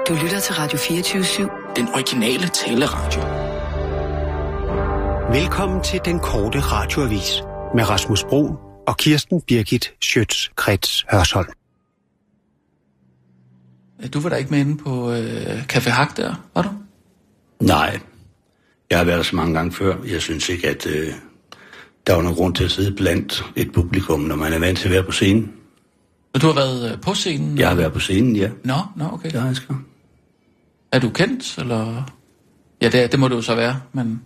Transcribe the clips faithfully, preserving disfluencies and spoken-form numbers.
Du lytter til Radio fireogtyve syv. Den originale taleradio. Velkommen til den korte radioavis med Rasmus Broen og Kirsten Birgit Schøtz-Krets Hørsholm. Du var da ikke med inde på øh, Café Hak der, var du? Nej, jeg har været der så mange gange før. Jeg synes ikke, at øh, der var nogen grund til at sidde blandt et publikum, når man er vant til at være på scenen. Og du har været øh, på scenen? Jeg har været på scenen, ja. Nå, nå, okay. Det har jeg sgu. Er du kendt, eller? Ja, det, det må du jo så være, men...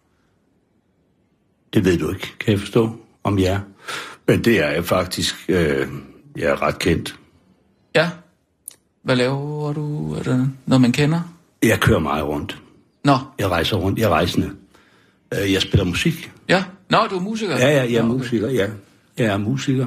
Det ved du ikke, kan jeg forstå, om jeg er. Men det er jeg faktisk. Øh, jeg er ret kendt. Ja. Hvad laver du? Er det noget, man kender? Jeg kører meget rundt. Nå. Jeg rejser rundt. Jeg er rejsende. Øh, jeg spiller musik. Ja. Nå, du er musiker? Ja, ja, jeg er Nå, musiker, okay. ja. Jeg er musiker.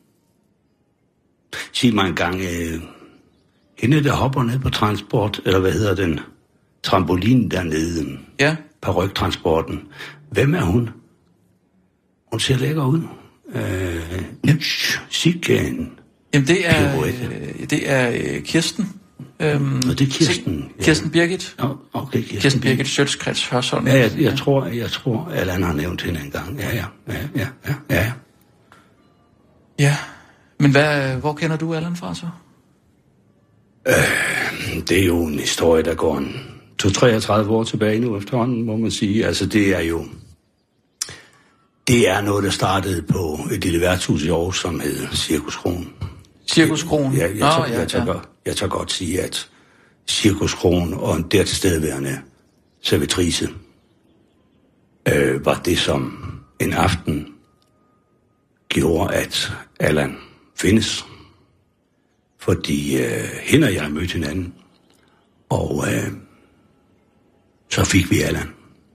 Sig mig en gang, øh, hende der hopper ned på transport, eller hvad hedder den, trampolinen dernede. Ja. Paryktransporten. Hvem er hun? Hun ser lækker ud. Øh, ja. Sikken. Jamen, det er, øh, det er øh, Kirsten. Øhm, Og det er Kirsten. Ja. Kirsten Birgit. Ja, okay, Kirsten, Kirsten Birgit Schøtz-Krets Hørsholm. Ja, jeg, jeg, ja. tror, jeg tror, at han har nævnt hende engang. Ja, ja, ja, ja, ja, ja. Ja, men hvad, hvor kender du Allan fra så? Øh, det er jo en historie, der går en to treogtredive år tilbage nu efterhånden, må man sige. Altså, det er jo... Det er noget, der startede på et lille værtshus i Aarhus, som hed Cirkus Kron. Cirkus Kron? Ja, jeg, jeg, oh, jeg, ja, jeg, tør, ja. jeg, jeg tør godt sige, at Cirkus Kron og en dertilstedeværende servitrice øh, var det, som en aften gjorde, at Allan findes. Fordi øh, hende og jeg mødte hinanden, og øh, så fik vi Allan.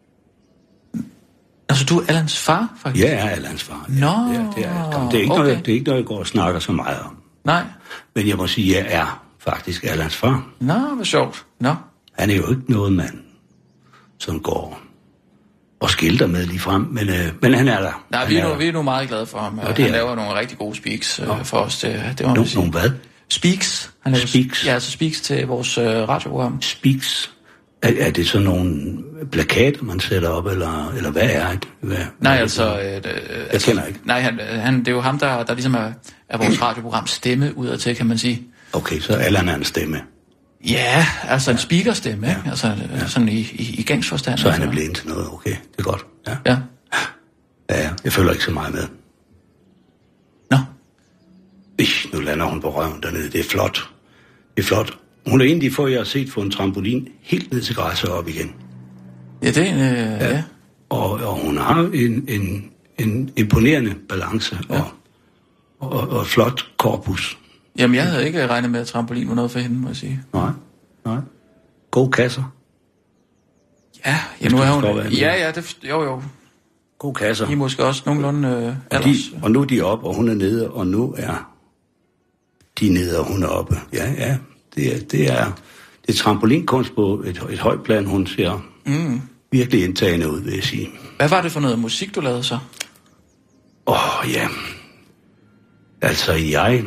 Altså, du er Allans far, faktisk? Jeg er Allans far. Ja. Nå, Ja, det, er, det, er ikke okay. noget, det er ikke noget, jeg går og snakker så meget om. Nej. Men jeg må sige, at jeg er faktisk Allans far. Nå, hvor sjovt. Nå. Han er jo ikke noget mand, som går og skilter med lige frem, men, øh, men han er der. Nej, han vi er, er nu, der. vi er nu meget glade for ham. Ja, Han er. laver nogle rigtig gode speaks øh, for os. Det, det må No, man sige. nogle hvad? Speaks. Han laver, Speaks? Ja, altså speaks til vores øh, radioprogram. Speaks. Er, er det sådan nogle plakater, man sætter op, eller, eller hvad er det? Hvad, Nej, hvad altså... det? Øh, øh, Jeg altså, kender ikke. Nej, han, han, det er jo ham, der, der ligesom er, er vores radioprogram stemme udadtil, kan man sige. Okay, så Allan er en stemme. Ja, altså en speakerstemme, Ja. ikke? Altså ja. Sådan i, i, i gangsforstand. Så altså. han er blevet til noget. Okay, det er godt. Ja. Ja. Ja, jeg følger ikke så meget med. Nå. Ish, nu lander hun på røven dernede. Det er flot. Det er flot. Hun er en af de få, jeg har set få en trampolin helt ned til græsset op igen. Ja, det er en... Øh, ja. ja. Og, og hun har en, en, en imponerende balance og, Ja. og, og, og et flot korpus. Jamen, jeg havde ikke regnet med, at trampolin var noget for hende, må jeg sige. Nej, nej. Gode kasser. Ja, ja nu er hun... forstår, hvad jeg mener. Ja, ja, det, jo, jo. Gode kasser. I er måske også nogenlunde øh, Og, alders. de, og nu er de oppe, og hun er nede, og nu er de nede, og hun er oppe. Ja, ja. Det er, det er, det er trampolinkunst på et, et højt plan. Hun ser Mm. virkelig indtagende ud, vil jeg sige. Hvad var det for noget musik, du lavede så? Åh, oh, ja. Altså, jeg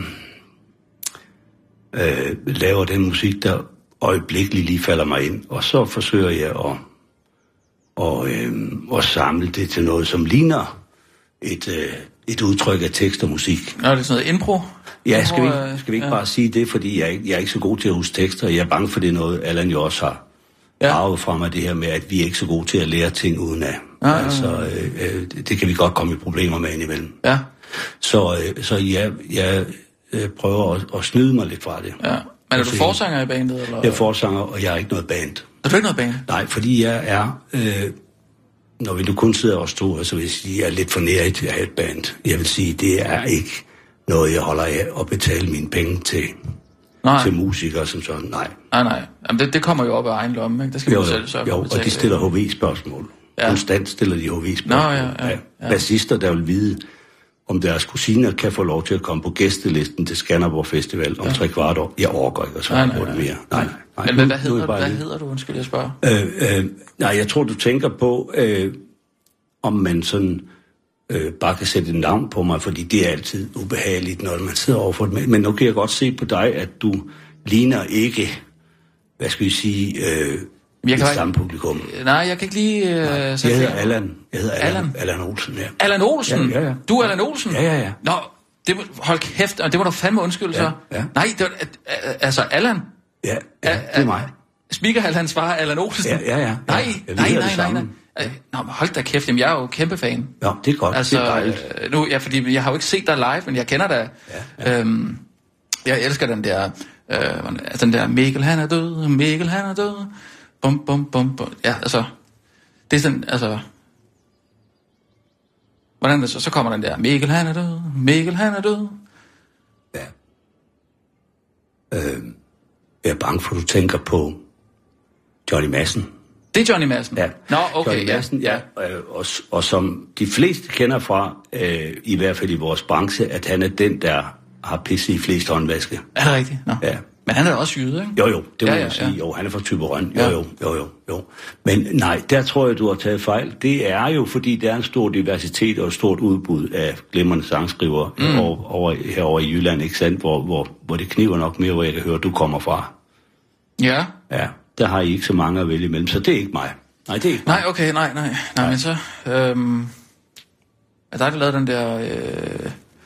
øh, laver den musik, der øjeblikkeligt lige falder mig ind, og så forsøger jeg at, og, øh, at samle det til noget, som ligner et, øh, et udtryk af tekst og musik. Nå, det er sådan noget impro? Ja, skal vi Impro, ikke, skal vi ikke ja. bare sige det, fordi jeg, er ikke- jeg er ikke så god til at huske tekster, jeg er bange for, det er noget, Allan jo også har Ja. arvet fra mig, det her med, at vi er ikke så gode til at lære ting uden af. Ja, ja, ja. Altså, øh, øh, det, det kan vi godt komme i problemer med indimellem. Ja, Så, øh, så jeg, jeg øh, prøver at, at snyde mig lidt fra det. ja. Men er du forsanger i bandet, eller? Jeg er forsanger, og jeg er ikke noget band. Er du ikke noget band? Nej, fordi jeg er, øh, når vi nu kun sidder og står, så vil jeg sige, at jeg er lidt for nærig til at have et band. Jeg vil sige, det er ikke noget, jeg holder af at betale mine penge til, Nej, til musikere som sådan. Nej. nej, nej. Jamen, det, det kommer jo op af egen lomme, ikke? Det skal Jo, man jo, selv sørge for jo at og betale. de stiller H V-spørgsmål. Ja. Ja. Konstant stiller de H V-spørgsmål. Nå, ja, ja, ja. Bassister, der vil vide, om deres kusiner kan få lov til at komme på gæstelisten til Skanderborg Festival om ja. tre kvart år. Jeg overgår ikke at svare på det mere. Nej, nej. nej. Men Nu- hvad, hvad, nu er hedder, jeg bare hvad lige- hedder du, undskyld, jeg spørger? Øh, øh, nej, jeg tror, du tænker på, øh, om man sådan øh, bare kan sætte et navn på mig, fordi det er altid ubehageligt, når man sidder overfor det. Men nu kan jeg godt se på dig, at du ligner ikke hvad skal vi sige, øh, jeg kan et samme publikum. Nej, jeg kan ikke lige... Øh, jeg hedder Allan. Jeg hedder Allan. Allan Olsen, ja. Allan Olsen? Ja, ja, ja. Du er Allan Olsen? Ja, ja, ja. Nå, det må, hold kæft, det må du fandme undskylde så. Ja, ja. Nej, det var, altså Allan? Ja, ja, det er mig. Speaker Allan svarer Allan Olsen? Ja, ja, ja. Nej, ja, nej, nej, nej, nej. nej. Nå, men hold da kæft, jamen, jeg er jo kæmpe fan. Ja, det er godt, altså, det er dejligt. Nu, ja, fordi jeg har jo ikke set dig live, men jeg kender dig. Ja, ja. Øhm, jeg elsker den der, øh, den der, Mikkel han er død, Mikkel han er død, bum, bum, bum, bum. Ja, altså, det er sådan, altså, hvordan det så, så kommer den der, Mikkel han er død, Mikkel han er død. Ja. Øh, jeg er bange for, at du tænker på Johnny Madsen. Det er Johnny Madsen? Ja. Nå, okay, Johnny Madsen, ja. ja. ja. Og, og som de fleste kender fra, øh, i hvert fald i vores branche, at han er den, der har pisset i flest håndvaske. Er det rigtigt? Nå. Ja. Men han er også jyde, ikke? Jo, jo, det må ja, ja, man sige. Ja. Jo, han er fra Thyborøn. Jo, ja. jo, jo, jo, jo. Men nej, der tror jeg, du har taget fejl. Det er jo, fordi der er en stor diversitet og et stort udbud af glimrende sangskrivere mm. over, over, herovre i Jylland, ikke sandt? Hvor, hvor, hvor det kniver nok mere, hvor jeg kan høre, du kommer fra. Ja. Ja, der har I ikke så mange at vælge imellem, så det er ikke mig. Nej, det er ikke mig. Nej, okay, nej, nej. Nej, nej. Men så... Øhm, er der, der lavede den der... Øh,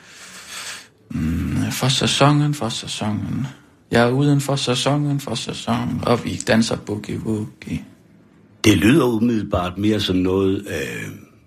mm, for sæsonen, for sæsonen... Jeg er uden for sæsonen, for sæsonen, og vi danser boogie-woogie. Det lyder umiddelbart mere som noget, øh,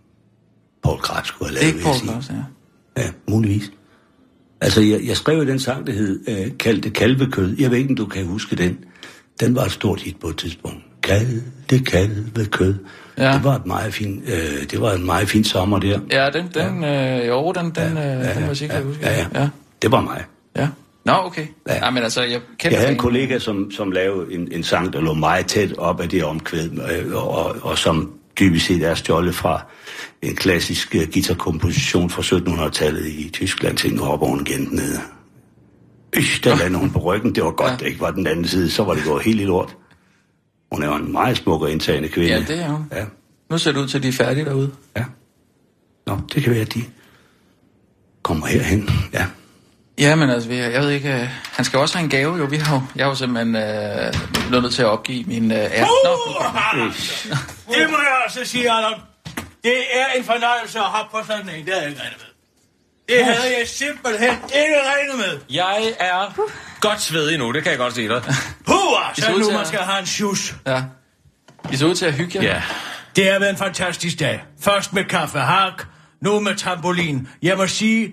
Poul Krebs skulle have lavet. Det er ikke Poul Krebs, ja. Ja, muligvis. Altså, jeg, jeg skrev den sang, der hed øh, Kaldte kalvekød. Jeg ved ikke, om du kan huske den. Den var et stort hit på et tidspunkt. Kaldte kalvekød. Ja. Det var et meget fint, øh, det var en meget fin sommer der. Ja, den, den, øh, jo, den, den, ja, ja, den må jeg sikkert ja, huske. Ja, ja, ja. Det var mig. Ja. Nå, okay. Ja. Ja, men altså, jeg kender... Jeg havde en kollega, som, som lavede en, en sang, der lå meget tæt op af det omkvæd, og, og, og som dybest set er stjålet fra en klassisk uh, guitarkomposition fra sytten hundrede-tallet i Tyskland. Tænkte, nu hopper hun igen ned. Øsch, der landede hun på ryggen. Det var godt, ja. Det ikke var den anden side. Så var det gået helt i lort. Hun er jo en meget smuk og indtagende kvinde. Ja, det er hun. Ja. Nu ser det ud til, at de er færdige derude. Ja. Nå, det kan være, at de kommer herhen. Ja. Ja, men altså, jeg ved ikke... Uh, han skal også have en gave, jo. Vi har jo, jeg har jo simpelthen uh, nødt til at opgive min uh, ære. Uh, det må jeg også sige, Allan. Det er en fornøjelse at have på sådan en. Det havde jeg ikke regnet med. Det havde jeg simpelthen ikke regnet med. Jeg er godt svedig nu, det kan jeg godt se dig. Puh, så nu man skal have en sjus. Ja. I så ud til at hygge jer. Ja. Det har været en fantastisk dag. Først med kaffe hak, nu med trampolin. Jeg må sige...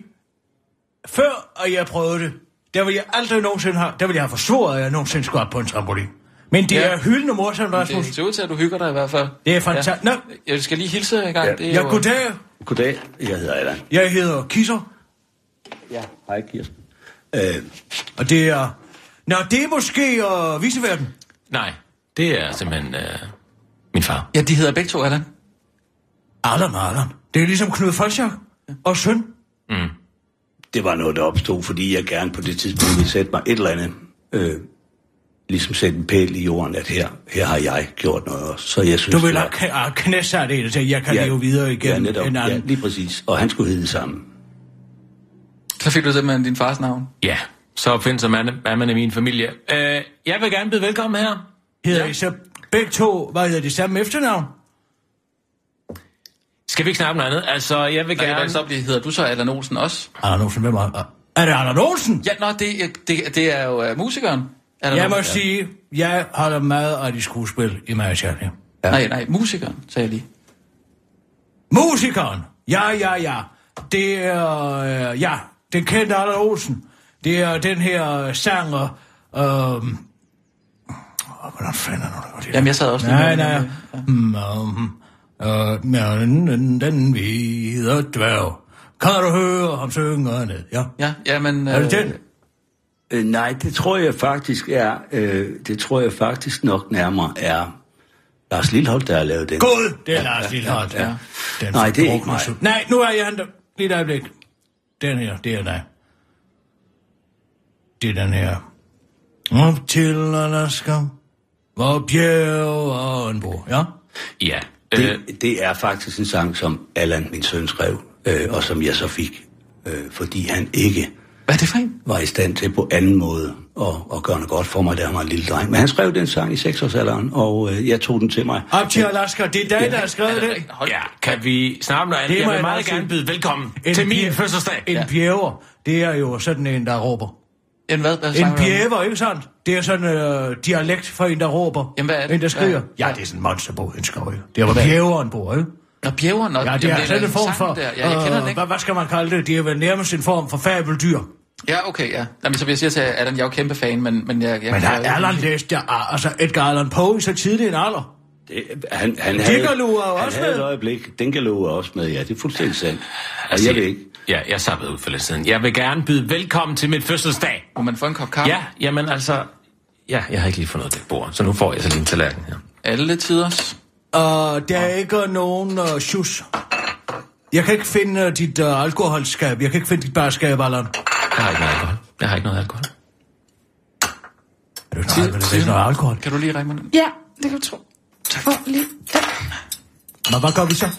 Før at jeg prøvede det, der ville jeg aldrig nogensinde have, der ville jeg have forsvoret, at jeg nogensinde skulle op på en trampolin. Men det ja. er hyldende morsomt, Rasmus. Det ser ud til, at du hygger dig i hvert fald. Det er fantastisk. Ja. Jeg skal lige hilse en gang. Ja, det er ja jo... goddag. Goddag, jeg hedder Allan. Jeg hedder Kisser. Ja, hej Kirsten. Øh. Og det er... Nå, det er måske uh, viseverden. Nej, det er simpelthen uh, min far. Ja, de hedder begge to, Allan. Allan, Allan. Det er ligesom Knud Folchak og søn. Mm. Det var noget, der opstod, fordi jeg gerne på det tidspunkt ville sætte mig et eller andet, øh, ligesom sætte en pæl i jorden, at her, her har jeg gjort noget også. Så jeg synes, du vil var... have knæsat det, så jeg kan ja, leve videre igen. Ja, netop. En anden. Ja, lige præcis. Og han skulle hedde det samme. Så fik du simpelthen din fars navn. Ja, så opfinder man, er man i min familie. Uh, jeg vil gerne byde velkommen her. Hedder ja. I så begge to, hvad hedder det samme efternavn? Skal vi ikke snakke om noget andet? Altså, jeg vil Nej, gerne... så bliver, hedder du så Allan Olsen også? Allan Olsen, hvem er Er det Allan Olsen? Ja, nå, det, det, det er jo uh, musikeren. Allan jeg må ja. sige, jeg holder meget af de skuespil i mig selv. Ja. Nej, nej, musikeren, sagde jeg lige. Musikeren? Ja, ja, ja. Det er, øh, ja, den kendte Allan Olsen. Det er den her sanger, øh, hvordan fanden er det? Jamen, jeg sad også lige nej, nej, nej. Øh, den, den hvide dværg. Kan du høre ham synge ned? Ja, ja, ja men... Øh, er det den? Øh, nej, det tror jeg faktisk er... Øh, det tror jeg faktisk nok nærmere er... Lars Lilholt, der har lavet den. God, det er ja, Lars Lilholt, ja. ja. ja. Nej, det er ikke mig. Nej, nu er jeg der. Lige et øjeblik. Den her, det er dig. Det er den her. Op til Alaska, hvor bjerg og en bro, ja? Ja. Det, det er faktisk en sang, som Allan, min søn, skrev, øh, og som jeg så fik, øh, fordi han ikke Hvad er det for en? var i stand til på anden måde at, at gøre noget godt for mig, da han var en lille dreng. Men han skrev den sang i seksårsalderen, og øh, jeg tog den til mig. Op til Alaska, det er dig, der har skrevet den. Ja, kan vi snakke om noget andet? Jeg vil meget gerne byde velkommen en til min pie- fødselsdag. En ja. Pjæver, det er jo sådan en, der råber. En hvad? hvad En pjæver, ikke sandt? Det er sådan en øh, dialekt for en, der råber. Jamen, hvad er det? En, der skriger. Ja, ja, det er sådan en monsterbog, en skov, jo. Det er, hvor pjæveren bor, ikke? Nå, bjæveren. Nå, Ja, det er sådan en form for... Der. Ja, jeg kender den ikke. Hvad, hvad skal man kalde det? Det er vel nærmest en form for fabeldyr. Ja, okay, ja. Jamen, som jeg siger til Allan, jeg er jo kæmpe fan, men, men jeg... jeg Men har jeg, Allan læst ja, altså Edgar Allan Poe i så tidlig en alder? Det, han, han havde, Dingerloo er jo han også havde med. et øjeblik. Dingerloo er også med, ja. Det er fuldstændig sandt. Og Altså, jeg ved ikke. Ja, jeg sappede ud for lidt siden. Jeg vil gerne byde velkommen til min fødselsdag. Må man få en kop kaffe? Ja, jamen altså... Ja, jeg har ikke lige fundet det bord, så nu får jeg så lige en tallerken her. Alle tiders. Og der er ikke nogen uh, sjus. Jeg kan ikke finde uh, dit uh, alkoholskab. Jeg kan ikke finde dit barskab, Allan. Jeg har ikke noget alkohol. Jeg har ikke noget alkohol. Er du noget, alkohol? Det er noget alkohol? Kan du lige række mig den? Ja, det kan du tro. Tak. Oh, lige der. Men hvad gør vi så?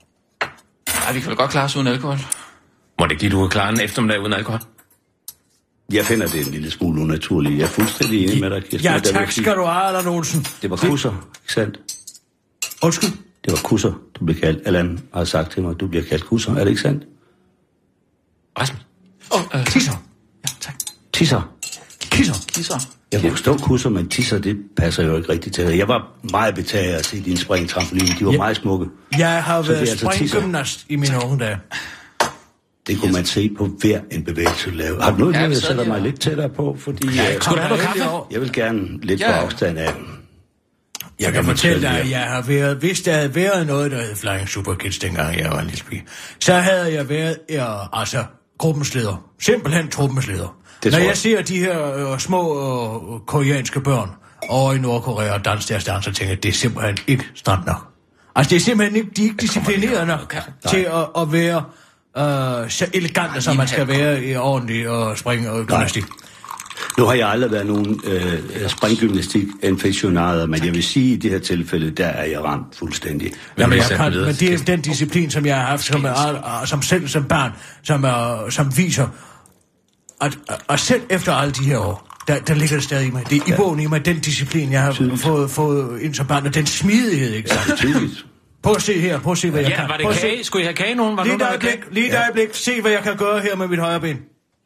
Ej, vi kan vel godt klare os uden alkohol. Må det ikke lige, du kan klare en eftermiddag uden alkohol? Jeg finder det en lille smule unaturligt. Jeg er fuldstændig enig med dig, Kirsten. Ja, Det var tak skal du have, Allan Olsen. Det var kusser, ikke sandt? Undskyld. Det var kusser, du blev kaldt. Allan har sagt til mig, at du bliver kaldt kusser. Er det ikke sandt? Rasmus. Åh, oh, øh, Tisser. Ja, tak. Tisser. Kisser. Kisser. Jeg kunne forstå kusser, men tisser, det passer jo ikke rigtigt til dig. Jeg var meget betaget af at se dine springtrampoliner. De var Ja. meget smukke. Jeg har Så det er været altså tisser. springgymnast i mine unge dage. Det kunne man se på hver en bevægelse, du lavede. Har du noget, Ja, ja, vi jeg sad sætter lige mig og- lidt tættere på? Fordi Ja, øh, skulle du have noget kaffe? jeg vil gerne lidt Ja. på afstand af den. Jeg kan fortælle dig, at jeg har været, hvis der havde været noget, der hed Flying Super Kids, dengang jeg var en lille pige, så havde jeg været, ja, altså, gruppens leder. Simpelthen truppens leder. Det Når tror jeg jeg. ser de her øh, små øh, koreanske børn over i Nordkorea og danse deres dans, så tænker jeg, det er simpelthen ikke stramt nok. Altså, det er simpelthen ikke, de er ikke disciplineret nok til at, at være øh, så elegante, som man skal være i ordentlig og springe og gymnastik. Nu har jeg aldrig været nogen øh, springgymnastik-infektionader, men jeg vil sige, at i det her tilfælde, der er jeg ramt fuldstændig. Jamen, jeg sætte kan, videre men til det er den disciplin, som jeg har haft som, er, som selv som barn, som, er, som viser, at, at selv efter alle de her år, der, der ligger det stadig i mig. Det er i bogen i mig, den disciplin, jeg har fået, fået ind som barn, og den smidighed, ikke sant? Tydeligt. Prøv at se her, prøv at se, hvad jeg Ja, kan. var det Prøv at se. kage? Skulle I have kage nogen? Var Lige et nogen, der havde øjeblik, lige et øjeblik. Se, hvad jeg kan gøre her med mit højre ben.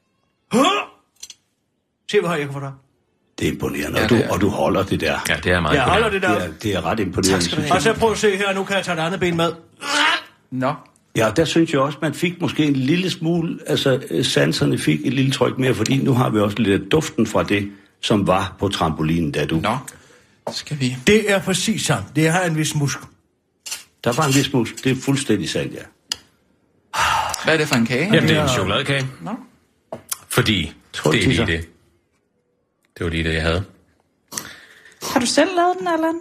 Se, hvor højt jeg kan få dig. Det er imponerende, Ja, og, du, det er- og du holder det der. Ja, det er meget Jeg holder imponerende. det der. Det er, det er ret imponerende, synes Og jeg. så prøv at se her, nu kan jeg tage et andet ben med. Nå. Ja, der synes jeg også, man fik måske en lille smule, altså øh, sanserne fik et lille tryk mere, fordi nu har vi også lidt af duften fra det, som var på trampolinen, da du... Nå. Skal vi... Det er præcis sandt. Det har en vis musk. Der var en vis mus, det er fuldstændig sandt, ja. Hvad er det for en kage? Jamen, det er en chokoladekage. Nå. Fordi Tror det er du, lige Tisser? det. Det var lige det, jeg havde. Har du selv lavet den, Allan?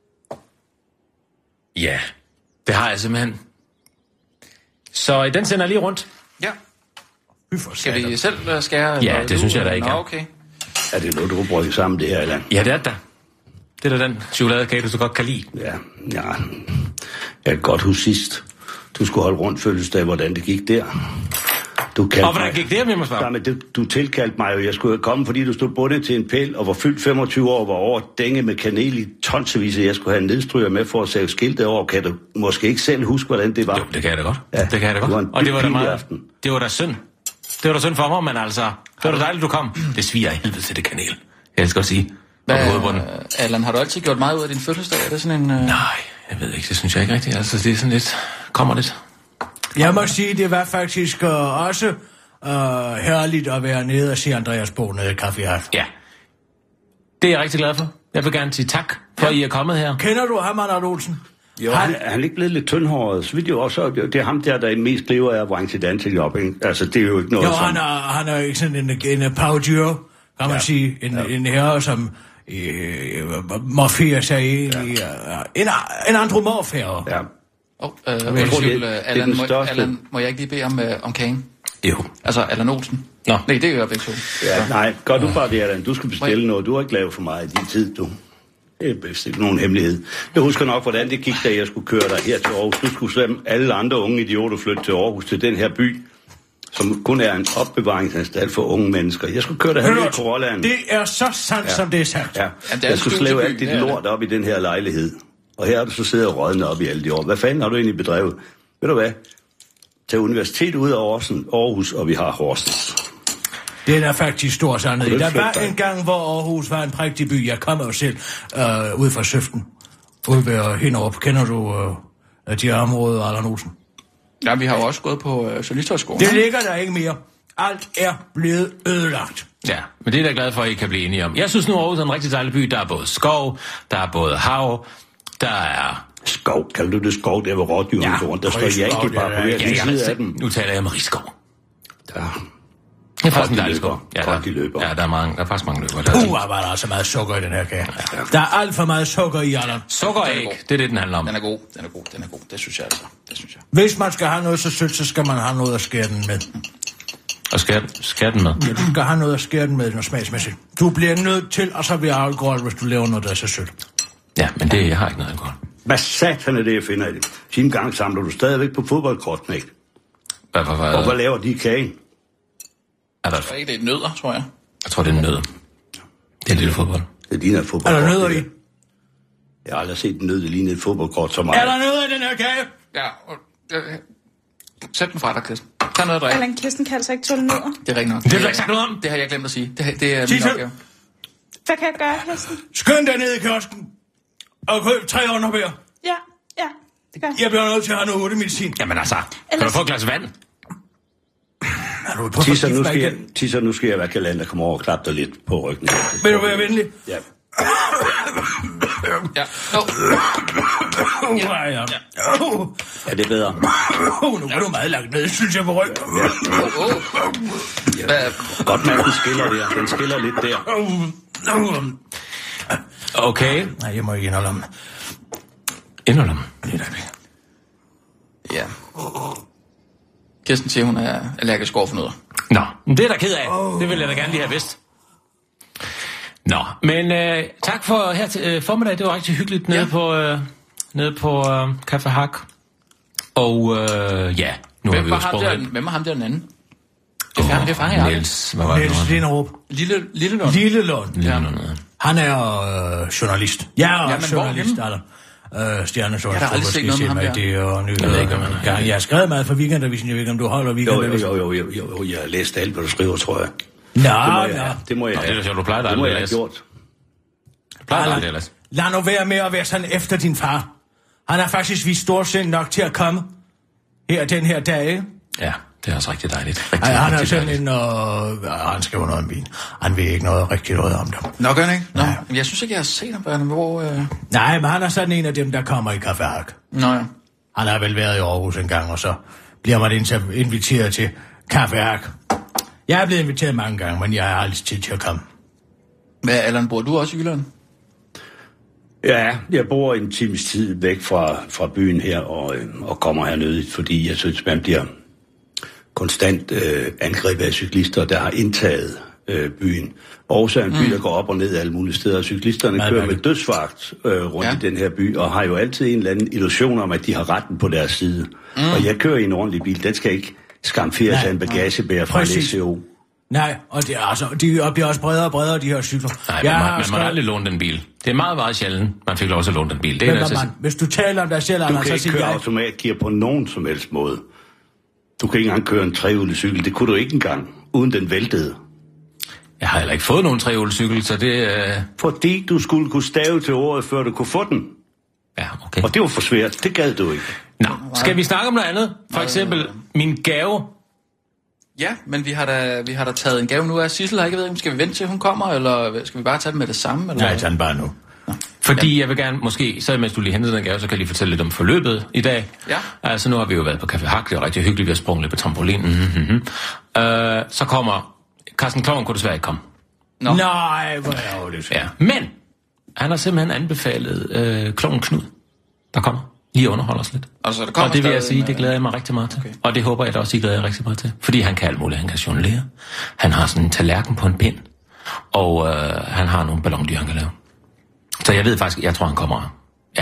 Ja, det har jeg simpelthen. Så den sender jeg lige rundt. Ja. Fy for Skal satan. vi selv øh, skære? Ja, eller det du, synes jeg da eller- ikke Nå, er. okay. Er det noget, du har brugt sammen, det her, eller? Ja, det er det da. Det er da den chokoladekage, du så godt kan lide. Ja, ja. Jeg kan godt huske sidst, du skulle holde rundt fødselsdag, hvordan det gik der. Du kaldte Og hvordan gik det, om jeg må spørge? Ja, men du, du tilkaldte mig jo, jeg skulle komme, fordi du stod bundet til en pæl, og var fyldt femogtyve år, og var over dænge med kanel i tonsvis, jeg skulle have en nedstryger med for at save skiltet over. Kan du måske ikke selv huske, hvordan det var? Jo, det kan jeg da godt. Ja, Det kan jeg da det var en godt. Og det var da pinlig meget... aften. Det var da synd. Det var da synd for mig, men altså... Det var da dejligt, du kom. Det sviger i helvede til det kanel. Jeg elsker at sige. Hvad, Hvad, Allan, har du altid gjort meget ud af din fødselsdag? Er det sådan en... Øh... Nej, jeg ved ikke. Det synes jeg ikke rigtigt. Altså, det er sådan lidt... Kommer lidt. Jeg må sige, det var faktisk uh, også uh, herligt at være nede og se Andreas Bo nede i Café Hat. Ja. Det er jeg rigtig glad for. Jeg vil gerne sige tak, for ja. I er kommet her. Kender du ham, Arnold Olsen? Jo, han, han er ikke blevet lidt tyndhåret. Så vidt jo også, det er ham der, der er mest lever af at vrænge sit ansigt op, ikke? Altså, det er jo ikke noget Jo, som... han er, han er ikke sådan en, en paudyr, kan man Ja. sige. En, Ja. en herre, som øh, morferer sig ind i... Uh, en, en andromorfærer. Ja. Oh, øh, jeg tror, undskyld, det- det er øh, Allan, den må, største. Allan, må jeg ikke lige bede om, øh, om kagen? Jo. Altså, Allan Olsen. Nå. Nej, det gør jeg begge to. Ja, nej, gør du bare det, Allan. Du skal bestille noget. Du har ikke lavet for meget i din tid, du. Det er vist ikke nogen hemmelighed. Jeg husker nok, hvordan det gik, da jeg skulle køre dig her til Aarhus. Du skulle som alle andre unge idioter flytte til Aarhus, til den her by, som kun er en opbevaringsanstalt for unge mennesker. Jeg skulle køre det her i Corollaen. Det er så sandt, ja. som det er sagt. Ja. Ja, det er jeg skulle slæve alt dit ja, lort op i den her lejlighed. Og her har du så siddet og rådnet op i alle de år. Hvad fanden har du egentlig bedrevet? Ved du hvad? Tag universitet ud af Aarhus, og vi har Horsens. Det er der faktisk stor sandhed. Der var en gang, hvor Aarhus var en prægtig by. Jeg kommer jo selv øh, ud fra Søften. Ude ved Hinderup. Kender du øh, de her områder, Allan Olsen? Ja, vi har jo også gået på øh, Journalisthøjskolen. Det ligger der ikke mere. Alt er blevet ødelagt. Ja, men det er jeg glad for, at I kan blive enige om. Jeg synes nu, Aarhus er en rigtig dejlig by. Der er både skov, der er både hav, der er... Skov, kalder du det skov, der ved rådyrens Ja, ord? Der står Yankee bare på hver ja, side ja, af dem. nu taler jeg med Rigskov. Der Det er faktisk en dejlig skov. Ja, der, løber. ja, der er, mange, der er faktisk mange løber. Der er, Uh, var der altså meget sukker i den her kage. Ja. Der er alt for meget sukker i, Allan. sukkeræg, det er det, den handler om. Den er god, den er god, den er god. Det synes jeg altså. Det synes jeg. Hvis man skal have noget så sødt, så skal man have noget at skære den med. Og skær, skær den med. Ja, du skal have noget at skære den med, noget smagsmæssigt. Du bliver nødt til, og så bliver alkohol, hvis du laver noget, der er så sødt. Ja, men det, jeg har ikke noget alkohol. Hvad satan er det, jeg finder i det? Sin gang samler du stadigvæk på fodboldkortknægt. Hvad, hvad, hvad, Og hvad laver de i kagen? er der, Jeg tror ikke, det er nødder, tror jeg. jeg tror, det er en nød. Det er lille fodbold. Det ligner et fodboldkort. Er der nødder i? Jeg har aldrig set en nød, der ligner et fodboldkort så meget. Er der noget i den her kage? Ja, og, øh, sæt den fra dig, Kirsten. Tag noget at drikke. Allan, Kirsten kan altså ikke tåle nødder. Det er rigtigt nok. Det har du ikke sagt noget om. Det har jeg glemt at sige. Det, det er Sig min til. opgave. Hvad kan jeg gøre, Kirsten? Skynd dig ned i kiosken. Og køb tre underbær. Ja, ja, det gør jeg. Jeg bliver nødt til at have noget hurtigmedicin. Jamen altså, kan Ellers- du få et glas vand? Er du på Tisser, nu skal, jeg, igen? tisser, nu skal jeg være kalender og komme over og klappe dig lidt på ryggen. Vil du være venlig? Ja. Ja. Oh. Uh, ja, ja. Uh, Er det bedre? uh, nu er du meget langt ned, synes jeg, på ryggen. Oh, oh. Hvad? Godt mærke, den skiller der. Den skiller lidt der. Uh, uh. Okay. Nej, jeg må ikke indholde ham. Indhold dem. Lidt af det. Ja. Kirsten siger, hun er allergisk over for nødder. Nå, men det er der ked af. Oh. Det vil jeg da gerne lige have vidst. Nå, men øh, tak for her til øh, formiddag. Det var rigtig hyggeligt nede Ja. på, øh, nede på øh, Café Hak. Og øh, ja, nu Hvem har vi var jo ham sprunget... der, hvem var ham der den anden? Det fanger, det fanger jeg aldrig. Niels, hvad var det Niels nu? Linderup. Lille, Lille Lund. Lillelund. Ja. Han er øh, journalist. Jeg er Ja, også men journalist, hvorhenne? Allan. Øh, Stjernejournalist. Jeg har aldrig set noget med ham der. Det og nyheder. Jeg ved ikke, om han er- Jeg har skrevet meget for Weekendavisen. Jeg ved ikke, om du holder Jo, jo, Weekendavisen. jo, jo, jo, jo, jo, jeg har læst alt, hvad du skriver, tror jeg. Nå, Det må jeg nå. have. Det må jeg Nå, det er have. da sjovt, du plejer da Det må aldrig jeg at have læse. gjort. Plejer du Allan, aldrig at læse? lad nu være med at være sådan efter din far. Han har faktisk vist storsind nok til at komme her den her dag, ikke? Ja, det er også rigtig dejligt. Rigtig, Ej, han er rigtig sådan dejligt. en, øh, han skriver noget om vin. Han ved ikke noget rigtig noget om det. Nå, gør han ikke? Nå, Nej. men jeg synes ikke, jeg har set ham, Bjørn. Hvor... Øh... Nej, men han er sådan en af dem, der kommer i Café Ark. Nå ja. Han har vel været i Aarhus en gang, og så bliver man inter- inviteret til Café Ark. Jeg er blevet inviteret mange gange, men jeg har aldrig tid til at komme. Hvad, Allan, bor du også i Jylland? Ja, jeg bor en times tid væk fra, fra byen her, og, øh, og kommer hernede, fordi jeg synes, man bliver konstant øh, angrebet af cyklister, der har indtaget øh, byen. Aarhus er en by, mm. der går op og ned alle mulige steder, og cyklisterne Meget kører mærkeligt. med dødsfagt øh, rundt Ja. i den her by, og har jo altid en eller anden illusion om, at de har retten på deres side. Mm. Og jeg kører i en ordentlig bil, den skal ikke skamferes af en bagagebærer fra en Præcis. S C O. Nej, og det er altså, de bliver også bredere og bredere, de her cykler. Nej, Jeg man, må, har man må skrevet- aldrig låne den bil. Det er meget, meget sjældent, man fik lov til at låne den bil. Det er Hvem altså, er man? Hvis du taler om dig selv, Du Allan, kan så ikke siger køre jeg... automatgear på nogen som helst måde. Du kan ikke engang køre en trehjulet cykel. Det kunne du ikke engang, uden den væltede. Jeg har heller ikke fået nogen trehjulscykel, så det... Øh... Fordi du skulle kunne stave til ordet, før du kunne få den. Ja, okay. Og det var for svært. Det gad du ikke. Nå, skal vi snakke om noget andet? For eksempel min gave. Ja, men vi har da, vi har da taget en gave nu af Sissel. Jeg ikke ved, om skal vi vente til hun kommer, eller skal vi bare tage den med det samme? Eller? Nej, tag den bare nu. Fordi jeg vil gerne, måske, så mens du lige hentede den gave, så kan jeg lige fortælle lidt om forløbet i dag. Ja. Altså, nu har vi jo været på Café Hak, det er rigtig hyggeligt, vi har sprunget lidt på trampolinen. Mm-hmm. Uh, så kommer... Carsten Kloven kunne desværre ikke komme. Nå. Nej, hvor er det. Ja. Men han har simpelthen anbefalet øh, Kloven Knud, der kommer. Lige underholder os lidt. Altså, der kommer Og det vil jeg stadig sige, en, det glæder jeg mig rigtig meget til. Okay. Og det håber jeg da også, I glæder jer rigtig meget til. Fordi han kan alt muligt. Han kan jonglere. Han har sådan en tallerken på en pind. Og øh, han har nogle ballondyr, han kan lave. Så jeg ved faktisk, jeg tror, han kommer... Ja,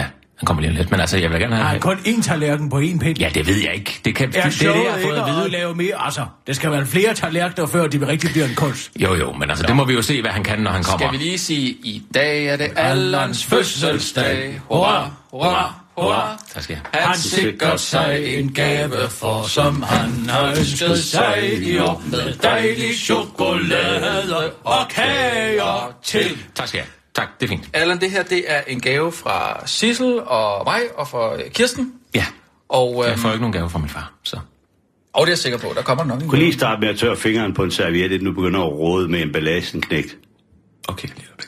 Den kommer lige om lidt, men altså, jeg vil gerne have... Nej, kun én tallerken på én pind. Ja, det ved jeg ikke. Det, kan, det, Jeg det, det er det, jeg har ikke fået at vide. at lave mere. Altså, det skal være flere tallerkener, før det rigtig bliver en kunst. Jo, jo, men altså, det må vi jo se, hvad han kan, når han kommer. Skal vi lige sige, i dag er det Allans fødselsdag. Hurra, hurra, hurra. Tak skal jeg. Han sikrer sig en gave, for som han har ønsket sig i år, med dejlig chokolade og kager til. Tak skal jeg. Tak, det er fint. Allan, det her, det er en gave fra Sissel og mig og fra Kirsten. Ja, Og, jeg øhm, får ikke nogen gave fra min far, så... og det er jeg sikker på, der kommer nok en Kunne gave. lige starte med at tørre fingeren på en serviette, nu begynder at råde med emballagen knægt. Okay, lige det.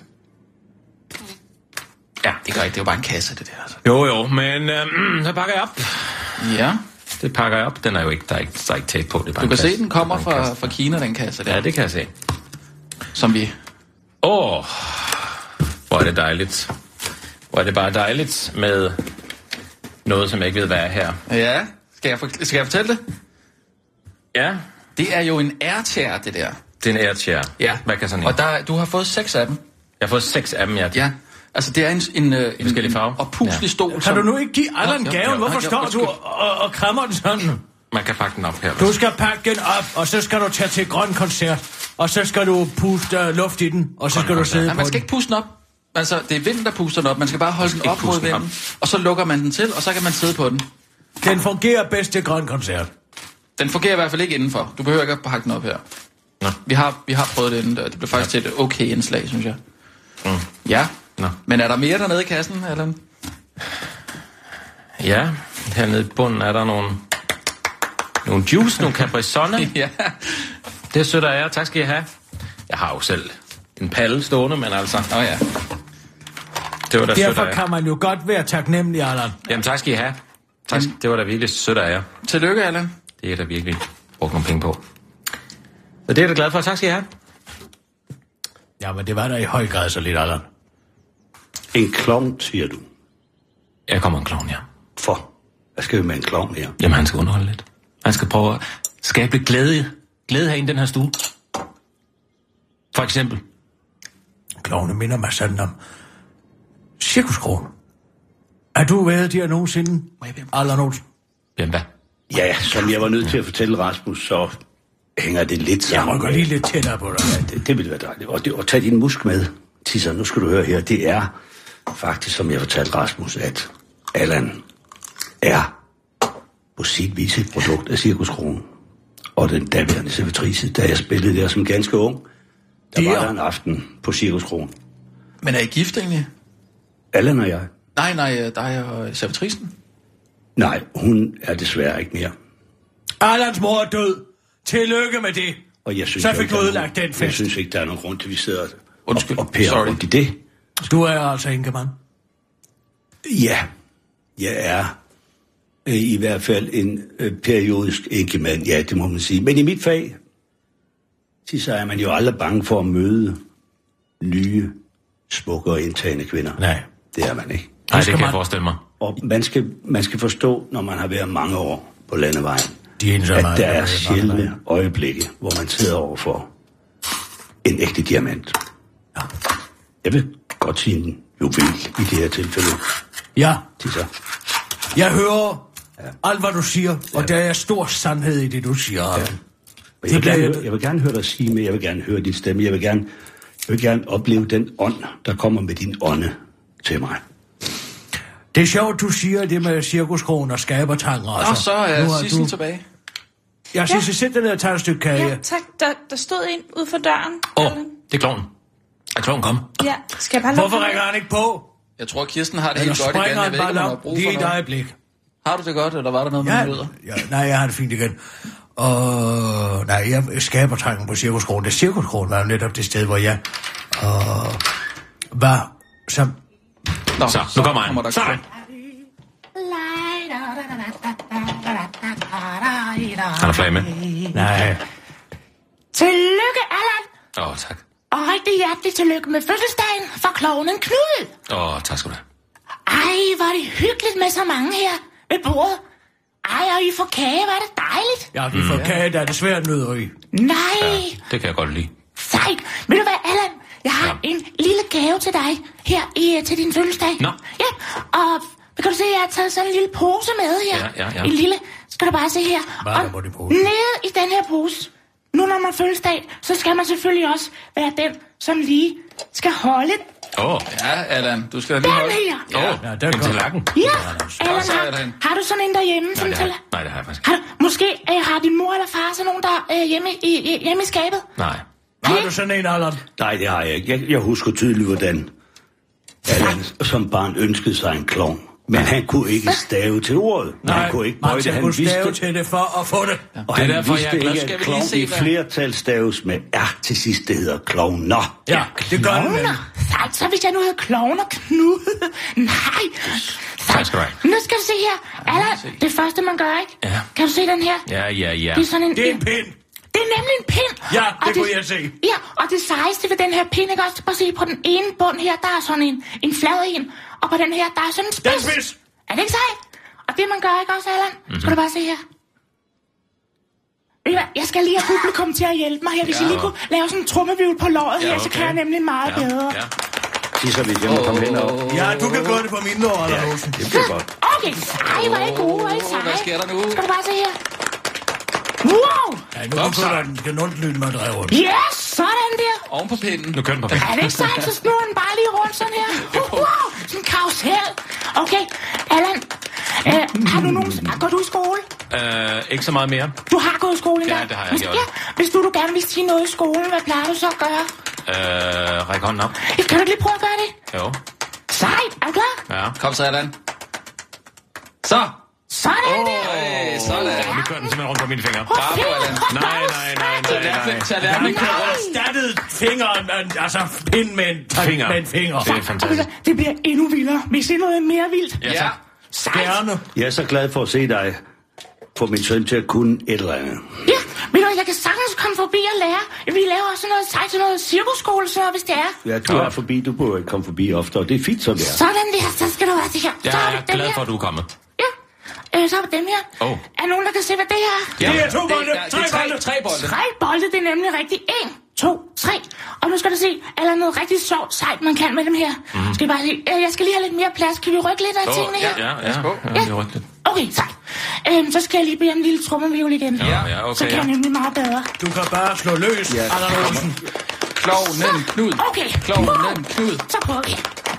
Ja, det gør ikke, det er jo bare en kasse, det der. Altså. Jo, jo, men øhm, så pakker jeg op. Ja, Det pakker jeg op. Den er jo ikke, der er ikke, der er ikke tape på. Det er bare du en kan kasse. se, den kommer Det er bare en fra, kasse. fra Kina, den kasse der, Ja, det kan jeg se. som vi... Åh, oh, hvor er det dejligt. Hvor er det bare dejligt med noget, som jeg ikke ved, hvad er her. Ja, skal jeg, for, skal jeg fortælle det? Ja, Det er jo en airchair, det der. det er en airchair. Ja. Hvad kan sådan en? Og der, du har fået seks af dem. Jeg har fået seks af dem, ja. Ja, altså det er en, en, en, en forskellige farver. oppuslig Ja. stol. Kan som- du nu ikke give Allan Jo, jo, gaven? jo, Hvorfor jo, står undskyld. du og, og krammer den sådan? Man kan pakke den op her. Du skal pakke den op, og så skal du tage til grøn koncert. Og så skal du puste uh, luft i den, og så skal du sidde Nej, på man skal den. ikke puste den op. Altså, det er vinden, der puster den op. Man skal bare holde den ikke op mod puste den op. vinden. Og så lukker man den til, og så kan man sidde på den. Den fungerer bedst til grøn koncert. Den fungerer i hvert fald ikke indenfor. Du behøver ikke at pakke den op her. Nå. Vi har, vi har prøvet det inden, og det blev faktisk til et okay indslag, synes jeg. Mm. Ja. Nå. Men er der mere dernede i kassen, Allan? Ja, hernede i bunden er der nogle, nogle juice, nogle Capri-Sonne. Ja. Det er sødt af jer. Tak skal I have. Jeg har jo selv en palle stående, men altså... Nå ja. Det var da sødt Derfor af jer. kan man jo godt være taknemmelig, Allan. Jamen, tak skal I have. Tak, det var da virkelig sødt af jer. Tillykke, Allan. Det er der virkelig brugt nogle penge på. Så det er jeg da glad for. Tak skal I have. Ja, men det var der i høj grad så lidt, Allan. En klovn, siger du. Jeg kommer en klovn, ja. For? Hvad skal vi med en klovn her? Jamen, han skal underholde lidt. Han skal prøve at skabe lidt glæde, glæde herinde i den her stue. For eksempel. Klovne minder mig sådan om cirkuskronen. Er du været der nogensinde, Allan Olsen? Jamen, hvad? Ja, som jeg var nødt til at fortælle Rasmus, så hænger det lidt Jeg sammen. rykker lige lidt tættere på dig. Ja, det, det ville være dejligt. Og, det, og tag din musk med, Tisser. Nu skal du høre her. Det er faktisk, som jeg fortalte Rasmus, at Allan er på sit vis et produkt af cirkuskronen. Og den daværende servitrice, da jeg spillede der som ganske ung, der Der. var der en aften på cirkuskronen. Men er I gift egentlig? Allan og jeg. Nej, nej, dig og servitrisen. Nej, hun er desværre ikke mere. Allans mor er død. Tillykke med det. Og jeg synes, Så jo fik ikke, du der er ødelagt nogen- den fest. Jeg synes ikke, der er nogen grund til, at vi sidder Undskyld, og, og pærer sorry. rundt i det. Du er altså enkemand. Ja, jeg er øh, i hvert fald en øh, periodisk enkemand, ja, det må man sige. Men i mit fag, så er man jo aldrig bange for at møde nye, smukke og indtagende kvinder. Nej. Det er man ikke. Nej, det skal kan jeg man- forestille mig. Og man skal, man skal forstå, når man har været mange år på landevejen, De er så at meget, der er meget, sjældne øjeblikke, hvor man sidder overfor en ægte diamant. Ja. Jeg vil godt sige en juvel i det her tilfælde. Ja, Tisser. jeg hører ja. alt, hvad du siger, og ja. der er stor sandhed i det, du siger, Allan. Og Det Jeg vil, gerne, bliver- høre- jeg vil gerne høre dig sige mere, jeg vil gerne høre din stemme, jeg vil gerne, jeg vil gerne opleve den ånd, der kommer med din ånde til mig. Det er sjovt, du siger det med cirkuskronen og skabertanger. Og Altså. så er Nu har Sissel du... tilbage. Jeg synes, jeg sætter ned og tager et stykke kage. Ja, tak. Der, der stod en ude for døren. Åh, oh, Allan. det er kloven. Er kloven kommet? Ja, skal jeg bare lukke Hvorfor den? ringer han ikke på? Jeg tror, Kirsten har det Eller helt godt igen. springer Jeg han ved ikke, bare om hun har langt brug lige for et noget. øjeblik? Har du det godt, eller var der noget med Ja, møder? ja, nej, jeg har det fint igen. Og nej, jeg skaber tanken på cirkuskronen. Det cirkuskronen var jo netop det sted, hvor jeg og var som... Nå, Så, nu kommer han. kommer der Sådan. Han er flag med. Nej, Tillykke, Allan. Åh, oh, tak. Og rigtig hjertelig tillykke med fødselsdagen for klovnen Knud. Åh, oh, tak skal du have. Ej, var det hyggeligt med så mange her ved bordet. Ej, og I får kage, var det dejligt. ja, de får kage, der er desværre nødder i. Nej, Ja, det kan jeg godt lide. sejt. Ved du hvad, Allan? Jeg har Ja. en lille gave til dig her i, til din fødselsdag. Nå. Ja, og kan du se, jeg har taget sådan en lille pose med her. Ja, ja, ja. En lille, skal du bare se her. Hvad er der Og på din pose? nede i den her pose, nu når man fødselsdag, så skal man selvfølgelig også være den, som lige skal holde Åh, oh. Ja, Allan, du skal da lige den holde. her. ja, Ja, ja der en kommer- tallerken. Ja, Og Allan, så er har, der en- har du sådan en derhjemme? Nej, Sådan det en har, taller- nej, det har jeg faktisk. Har du, måske øh, har din mor eller far sådan nogen, der øh, hjemme, i, i, hjemme i skabet? Nej. Har du sådan en, Allan? Nej, det har jeg ikke. Jeg, jeg husker tydeligt, hvordan Allan som barn ønskede sig en klovn. Men han kunne ikke stave til ordet. Nej, han kunne ikke bøje det. Martin Han kunne stave vidste, til det for at få det. og Det er han derfor, vidste jeg er glad. ikke, Skal at vi lige klovn se, i hvad- flertal staves med R til sidst. Det hedder klovner. Ja, det gør det. Klovner? Sejt, så hvis jeg nu havde klovner Knud. Nej. Tak skal du have. Nu skal du se her. Allan, det første man gør, ikke? Ja. Kan du se den her? Ja, ja, ja. Det er sådan en... Det er en pind. Det er nemlig en pind. Ja, Og det kunne jeg se. Ja, og det sejeste ved den her pind, ikke også? Prøv at se, på den ene bund her, der er sådan en, en flad en. Og på den her, der er sådan en Den spids. spids. Er det ikke sejt? Og det man gør, ikke også, Allan? Mm-hmm. Skal du bare se her. Ved du hvad, jeg skal lige have publikum til at hjælpe mig her. Hvis Ja. I lige kunne lave sådan en trummevivl på låret Ja, her, så okay. kan jeg nemlig meget Ja, bedre. ja. Sig så, hvis jeg må komme hen og... Ja, du kan gøre det på mine år, Allan Olsen. Det bliver godt. Okay, sej, hvor er I gode, hvor er I seje. hvad sker der nu? Skal du bare se her. Wow! Ja, nu begynder den skal nondt lyden med drev rundt. Yes, sådan der. Oven på pinden. Nu kører den på pinden. Er det ikke sejt, så snurrer den bare lige rundt sådan her. Wow, sådan en karusel. Okay, Allan, øh, har du nogen... Går du i skole? Øh, ikke så meget mere. Du har gået i skole engang? Ja, det har jeg Hvis- gjort. Ja, hvis du, du gerne vil sige noget i skolen, hvad plejer du så at gøre? Øh, ræk hånden op. Ja, kan du ikke lige prøve at gøre det? Jo. Sejt, er du klar? Ja. Kom så, Allan. Så. Sådan der. Hey, sådan. Nu kører den simpelthen rundt på mine fingre. Bravo, Allan. Nej, nej, nej, nej, nej. Tallerken kører rundt. Erstattet fingeren, men- altså pind med en, Finger. med en finger. Det er Og ved du fantastisk. hvad, det bliver endnu vildere. Vi ser noget mere vildt. Ja, Ja. tak. Sejt. Gerne. Jeg er så glad for at se dig få min søn til at kunne et eller andet. Ja, ved du hvad, jeg kan sagtens komme forbi og lære. Vi laver også noget sejt til noget cirkusskole, så hvis det er. Ja, du er forbi. Du burde ikke komme forbi ofte, og det er fint, som det er. Sådan der, så skal du være det her. Jeg Så har vi er dem glad her. for, at du er kommet. Ja, øh, så har vi dem her. Åh. Er der nogen, der kan se, hvad det her er? Det er to bolde. Det er- Tre det er bolde. tre bolde. Tre bolde, det er nemlig rigtigt. En, to, tre. Og nu skal du se, er der noget rigtig sjovt sejt, man kan med dem her. Mm. Skal vi bare se, øh, jeg skal lige have lidt mere plads. Kan vi rykke lidt af Åh, tingene ja, her? ja, ja. Værsgo. Ja, det er rigtigt. Okay, sejt. Øhm, så skal jeg lige bede om en lille trummevivl igen. Ja, ja, okay, Så kan ja. jeg nemlig meget bedre. Du kan bare slå løs, Allan Olsen. Klovnen Knud. Okay. Klovnen Knud. Så prøver vi.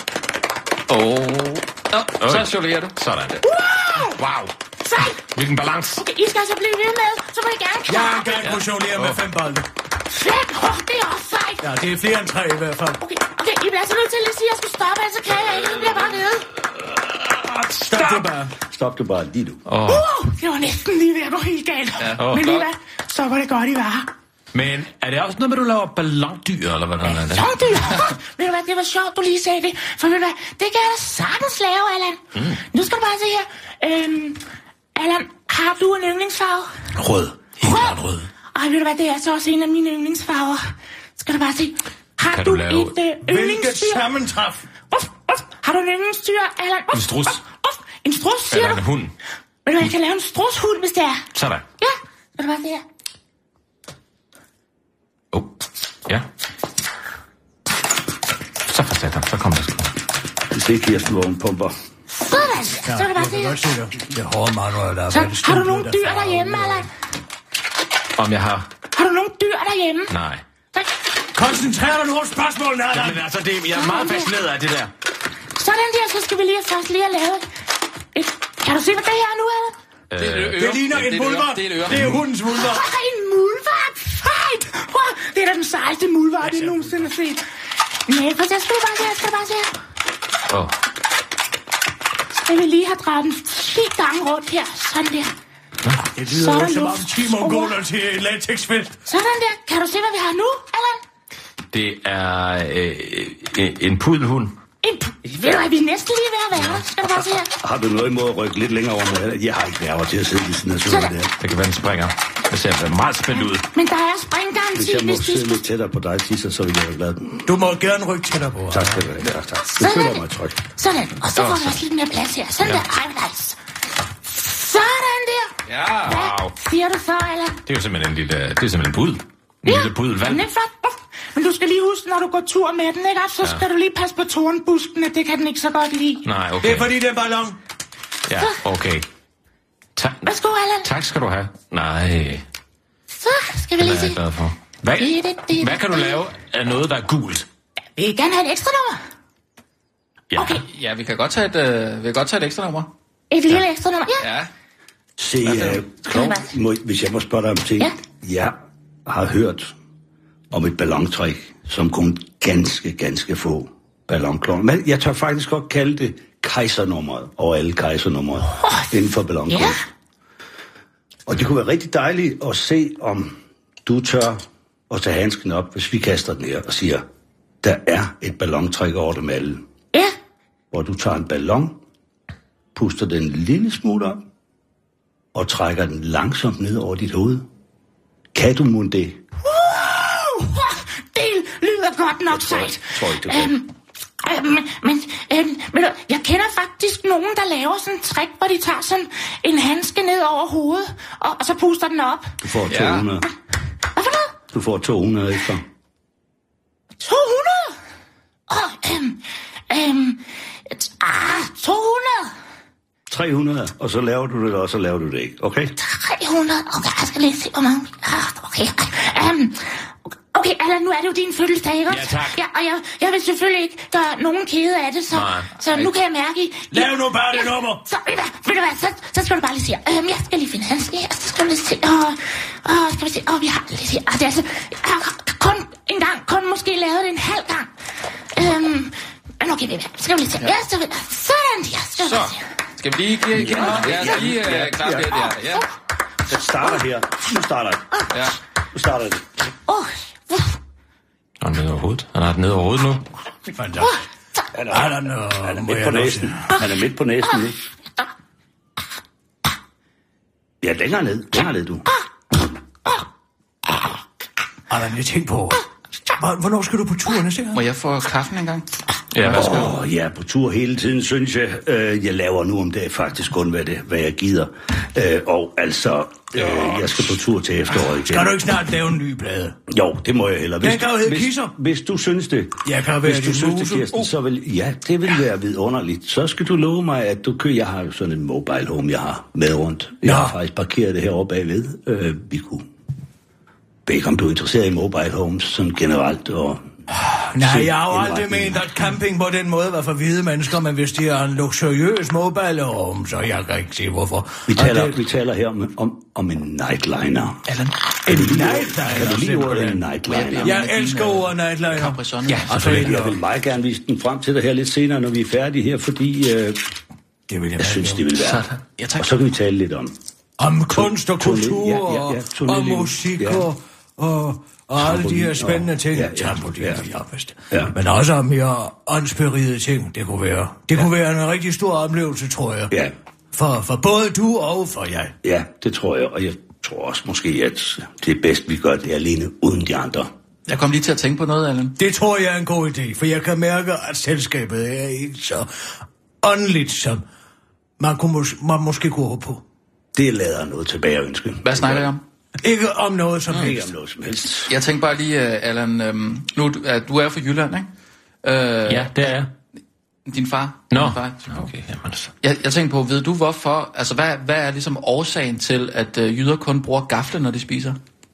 Åh. Nå, så jonglerer du. Sådan. Wow! Wow. Sejt! Hvilken balance. Okay, I skal altså blive ved med, så må I gerne Jeg klare har gerne kunne jonglere med fem bolde. Fedt! Åh, det er også sejt. Ja, det er flere end tre i hvert fald. Okay, okay, I bliver altså nødt til at lige sige, at jeg skal stoppe, ellers så kan jeg ikke. Jeg bliver bare ved. Stop det bare. Stop det bare lige nu. Åh. Uh, det var næsten lige ved at gå helt galt. Ja. Åh, Men lige godt. hvad? Så var det godt, I var. Men er det også noget med, at du laver ballondyr, eller hvad der er det? Jongdyr! Ved du hvad, det var sjovt, du lige sagde det. For ved du hvad, det kan jeg da sagtens lave, Allan. Mm. Nu skal du bare se her. Øhm, Allan, har du en yndlingsfarve? Rød. Helt klart rød. Ej, ved du hvad, det er så også en af mine yndlingsfarver. Skal du bare se. Har Kan du, du lave- et øh, Hvilket yndlingsdyr? sammentræf. Uff, uff. Har du en yndlingsdyr, Allan? Uff, En strus. Uff, uff. En strus, siger Eller du? en hund. Ved du hvad, jeg kan lave en strushund, hvis det er. Sådan. Ja, skal du bare se her. Oh. Ja. Så for satan, så kom det. Du ser Kirsten, hvor hun pumper. Sådan, så kan du bare Jeg se kan her. godt se det. Det er hårde manuel, der er Så, rigtig har du stumt nogle ud af dyr farve. derhjemme, Allan? Om jeg har... Har du nogle dyr derhjemme? Nej. Så, Koncentrer dig nu om spørgsmålene, Allan. Men altså, det, jeg er meget fascineret af det der. sådan der, så skal vi lige først lige have lavet et... Kan du se, hvad det her er nu, Allan? Det er et øre. Det ligner Det er en et mulvar. øre. Det er et øre. Det er hundens mulvar. Ej, en muldvarp! Fejt! Wow, det er da den sejeste muldvarp, jeg nogensinde har set. Nej, for jeg skal bare se, jeg skal bare se. Åh. Oh. Jeg vil lige have drejet den ti gange rundt her. Sådan der. Det Så lyder er jo der som om luft. ti mongoler til et latexfelt. Sådan der. Kan du se, hvad vi har nu, Allan? Det er øh, øh, en pudelhund. En p- ved du hvad, vi er næsten lige ved at være der. Skal du bare se her. Har du noget imod at rykke lidt længere over med? Jeg har ikke nerver til at sidde ved siden af sådan Sådan. der. Det kan være, den springer. Det ser meget spændt ud. Men der er Hvis springgaranti, jeg må hvis de sidde skulle... lidt tættere på dig, Tisser, så vil jeg være glad. Du må gerne rykke tættere på. Tak skal du have. Tak, tak. Det Sådan. føler mig tryg. Sådan, og så får vi også lidt mere plads her. Sådan der. Ej, hvor nice. Sådan der. Ja. Hvad Wow. siger du så, Allan? Det er jo simpelthen en lille... Det er simpelthen en pudel. En lille pudelvand. Den er flot. Uff. Men du skal lige huske, når du går tur med den, ikke? Så skal ja. du lige passe på tornbusken, at det kan den ikke så godt lide. Nej, okay. Det er fordi, det er ballon. Ja, okay. Ta- Værsgo, Allan. Tak skal du have. Nej. Så skal vi lige se. Det er jeg glad for. Hvad, det, det, det, hvad kan du lave af noget, der er gult? Vi vil gerne have et ekstra nummer. Ja, okay. Ja, vi kan godt tage et, øh, vi kan godt tage et ekstra nummer. Et lille ja. ekstra nummer, ja. Ja. Se, uh, Klov, må, hvis jeg må spørge dig om ting. Ja. Jeg har hørt om et ballontræk, som kun ganske, ganske få ballonklovner. Men jeg tør faktisk godt kalde det kejsernummeret over alle kejsernummeret oh. inden for ballonkunst. Ja. Og det kunne være rigtig dejligt at se, om du tør at tage handsken op, hvis vi kaster den her og siger, der er et ballontræk over dem alle. Ja. Hvor du tager en ballon, puster den en lille smule op, og trækker den langsomt ned over dit hoved. Kan du mon det? Uh, det lyder godt nok sejt. Tror ikke, det kan. Øhm, øhm, men øhm, men jeg kender faktisk nogen, der laver sådan en trick, hvor de tager sådan en handske ned over hovedet, og, og så puster den op. Du får to hundrede. Ja. Hvad for noget? Du får to hundrede ekstra. to hundrede? Åh, oh, øhm, øhm, ah, to hundrede. tre hundrede, og så laver du det, og så laver du det ikke, okay? tre hundrede? Okay, jeg skal lige se, hvor mange... Ah, okay, um, okay, Allan, nu er det jo din fødselsdag, ikke? Ja, tak. Ja, og jeg, jeg vil selvfølgelig ikke gøre nogen kede af det, så, Nej, så nu kan jeg mærke... I, Lav nu bare det ja, nummer! Så, ved du hvad, ved du hvad, så, så skal du bare lige sige... Øhm, jeg skal lige finde hans... Ja, så skal du lige se... Åh, åh, skal vi se... Åh, vi har lige se... Ah, det er altså... Jeg har kun en gang, kun måske lavet det en halv gang. Øhm, men okay, ved du hvad, skal vi lige se... Ja, så ved du... Sådan, ja, skal vi så. se... Skal vi lige give en hånd? Ja, skal lige uh, klare det der. Ja. Det starter her. Nu starter det. Ja. Nu starter det. Åh, uh, Han er nede over hovedet. Han har det nede over hovedet nu. Fantastisk. Han er, Allan, han er midt på næsen. Han er midt på næsen nu. Ja, længere ned. Længere ned, du. Allan, jeg tænker på... Hvornår skal du på tur næste gang? Må jeg få kaffen en gang? Ja, værsgo. Åh, oh, jeg er på tur hele tiden, synes jeg. Uh, jeg laver nu om dagen faktisk kun, hvad, det, hvad jeg gider. Uh, og altså, uh, jeg skal på tur til efteråret igen. Skal du ikke snart lave en ny plade? Jo, det må jeg heller. Den kan jo hedde Kisser. Hvis du synes det, jeg kan være hvis du synes det, Kirsten, uh. så vil, ja, det vil være vidunderligt. Så skal du love mig, at du kører. Jeg har jo sådan en mobile home, jeg har med rundt. Jeg ja. har faktisk parkeret det herovre bagved. Uh, vi kunne... Jeg ved ikke, om du er interesseret i mobile homes sådan generelt, og... Nej, jeg har jo aldrig ment, at camping på den måde var for hvide mennesker, men hvis de er en luksuriøs mobile home, så jeg kan ikke se, hvorfor. Vi taler, det... vi taler her om, om, om en nightliner. Allan. En nightliner? Kan du lige ordet en nightliner? Jeg elsker ordet nightliner. Capri-Sun. Ja, altså, jeg, jeg vil meget gerne vise den frem til dig her lidt senere, når vi er færdige her, fordi øh, det vil jeg, jeg synes, det vil være. Så, ja, tak. Og så kan vi tale lidt om... Om kunst og kultur, ja, ja, ja, og, og musik ja. og... og Og alle de her spændende og, ting. Ja, ja, ja, ja, ja. Men også om mere åndsberigede ting, det kunne være. Det ja. kunne være en rigtig stor oplevelse, tror jeg. Ja. For, for både du og for jeg. Ja, det tror jeg. Og jeg tror også måske, at det er bedst, vi gør det alene uden de andre. Jeg kom lige til at tænke på noget, Allan. Det tror jeg er en god idé, for jeg kan mærke, at selskabet er ikke så åndeligt, som man, kunne mås- man måske kunne håbe på. Det lader noget tilbage at ønske. Hvad snakker jeg om? Ikke om noget som mm. helst. Ikke om noget som helst. Jeg tænker bare lige, Allan, øhm, nu at du er fra Jylland, ikke? Øh, ja, det er jeg. Din far? Nå, din far. okay, jamen så. Jeg, jeg tænker på, ved du hvorfor, altså hvad, hvad er ligesom årsagen til, at øh, jyder kun bruger gafler, når de spiser?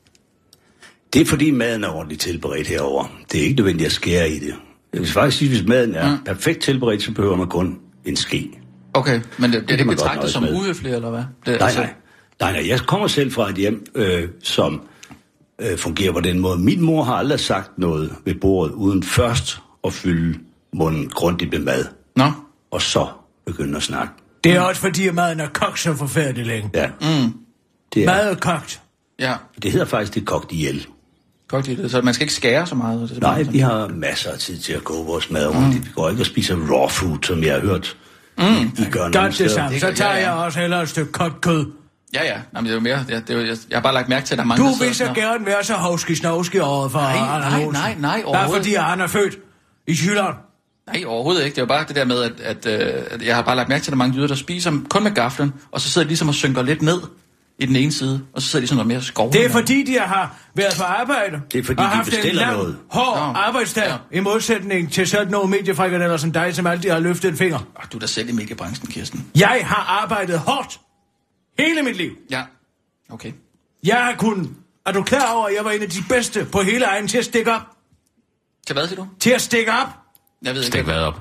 Det er fordi maden er ordentligt tilberedt herover. Det er ikke nødvendigt at skære i det. Jeg vil faktisk sige, hvis maden er mm. perfekt tilberedt, så behøver man kun en ske. Okay, men det, det, det, det betragtet betragtet som uhøfligt, eller hvad? Det, nej, altså... nej. Nej, nej, jeg kommer selv fra et hjem, øh, som øh, fungerer på den måde. Min mor har aldrig sagt noget ved bordet, uden først at fylde munden grundigt med mad. Nå. Og så begynde at snakke. Det er også fordi, at maden er kogt så forfærdeligt længe. Ja. Mm. Det er, mad er kogt. Ja. Det hedder faktisk, det er kogt ihjel. Kogt ihjel, så man skal ikke skære så meget? Det nej, vi har masser af tid til at gå vores mad rundt. Mm. Vi går ikke og spiser raw food, som jeg har hørt. Mm. I gør Godt det samme. Så tager jeg også hellere et stykke kogt kød. Ja, ja. Jamen, det er jo mere... Det er, det er jo, jeg, jeg har bare lagt mærke til, at der er mange... Du vil så gerne være så hovski-snovski over for nej, Arne nej, Olsen. nej, nej, overhovedet. Bare fordi Arne er født i Jylland. Nej, overhovedet ikke. Det er jo bare det der med, at, at, at jeg har bare lagt mærke til, at der er mange jyder, der spiser kun med gaflen, og så sidder de ligesom og synker lidt ned i den ene side, og så sidder de sådan noget mere skov. Det er fordi, de har været på arbejde. Det er fordi, og de haft en bestiller lang, noget. hård Nå. arbejdsdag, Ja. i modsætning til sådan nogle mediefrikadeller som dig, som altid har løftet en finger. Oh, du er da selv i mediebranchen, Kirsten. Jeg har arbejdet hårdt. Hele mit liv. Ja, okay. Jeg har kunnet... Er du klar over, at jeg var en af de bedste på hele egen til at stikke op? Til hvad, siger du? Til at stikke op? Jeg ved ikke. Stik hvad op.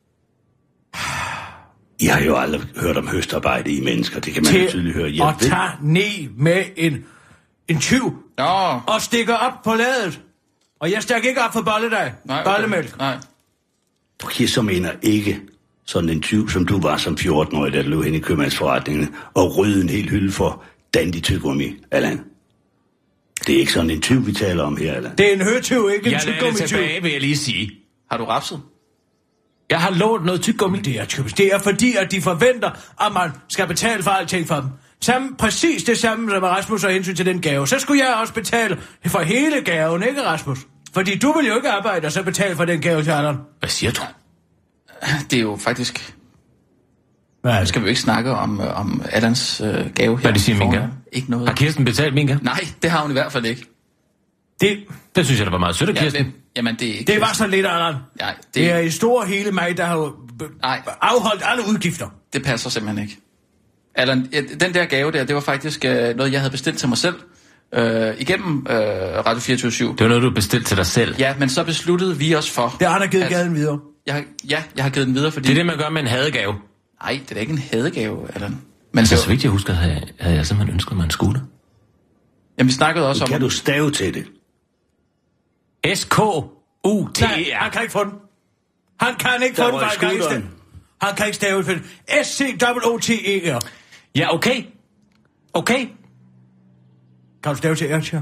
Jeg har jo aldrig hørt om høstarbejde i mennesker. Det kan man jo Til tydeligt høre. Jeg at ved, tage ned med en, en tyv Nå, og stikke op på ladet. Og jeg stak ikke op for bolledej. nej, okay. Bollemælk. Nej. jeg så mener ikke sådan en tyv, som du var som fjorten-årig, da du løb hen i købmandsforretningen og rydde en hel hylde for dandy tyggegummi, Allan. Det er ikke sådan en tyv, vi taler om her, Allan. Det er en høtyv, ikke en Jeg lader det tyggegummi-tyv. tilbage, vil jeg lige sige. Har du rapset? Jeg har lånt noget tyggegummi. Det er typisk. Det er fordi, at de forventer, at man skal betale for alting for dem. Samme, præcis det samme som Rasmus har hensyn til den gave. Så skulle jeg også betale for hele gaven, ikke Rasmus? Fordi du vil jo ikke arbejde og så betale for den gave til Allan. Hvad siger du? Det er jo faktisk... Hvad er Nu det? skal vi jo ikke snakke om, øh, om Allans øh, gave her. Hvad det siger min foran. gave? Ikke noget. Har Kirsten betalt min gave? Nej, det har hun i hvert fald ikke. Det, Det synes jeg, der var meget sødt af Ja, Kirsten. men, jamen, det er ikke... det var så lidt, Allan. Nej, det, Det er i store hele mig, der har b- Nej. afholdt alle udgifter. det passer simpelthen ikke. Allan, ja, den der gave der, det var faktisk øh, noget, jeg havde bestilt til mig selv. Øh, igennem øh, Radio fireogtyve syv. Det var noget, du bestilte til dig selv. Ja, men så besluttede vi os for... Det har han givet at- gaden videre. Jeg, har- ja, jeg har givet den videre, fordi... Det er det, man gør med en hadegave. Nej, det er da ikke en hadegave, Allan. Men Men det så, var- så vidt jeg husker, havde, havde jeg simpelthen ønsket mig en scooter. Jamen, vi snakkede også om... Kan du stave til det? S K U T Nej, E han R. kan ikke få den. Han kan ikke Der få den, røg for han kan ikke scooteren. stave. Han kan ikke stave for den. S C O T E R. Ja, okay. Okay. Kan du stave til Ertjer?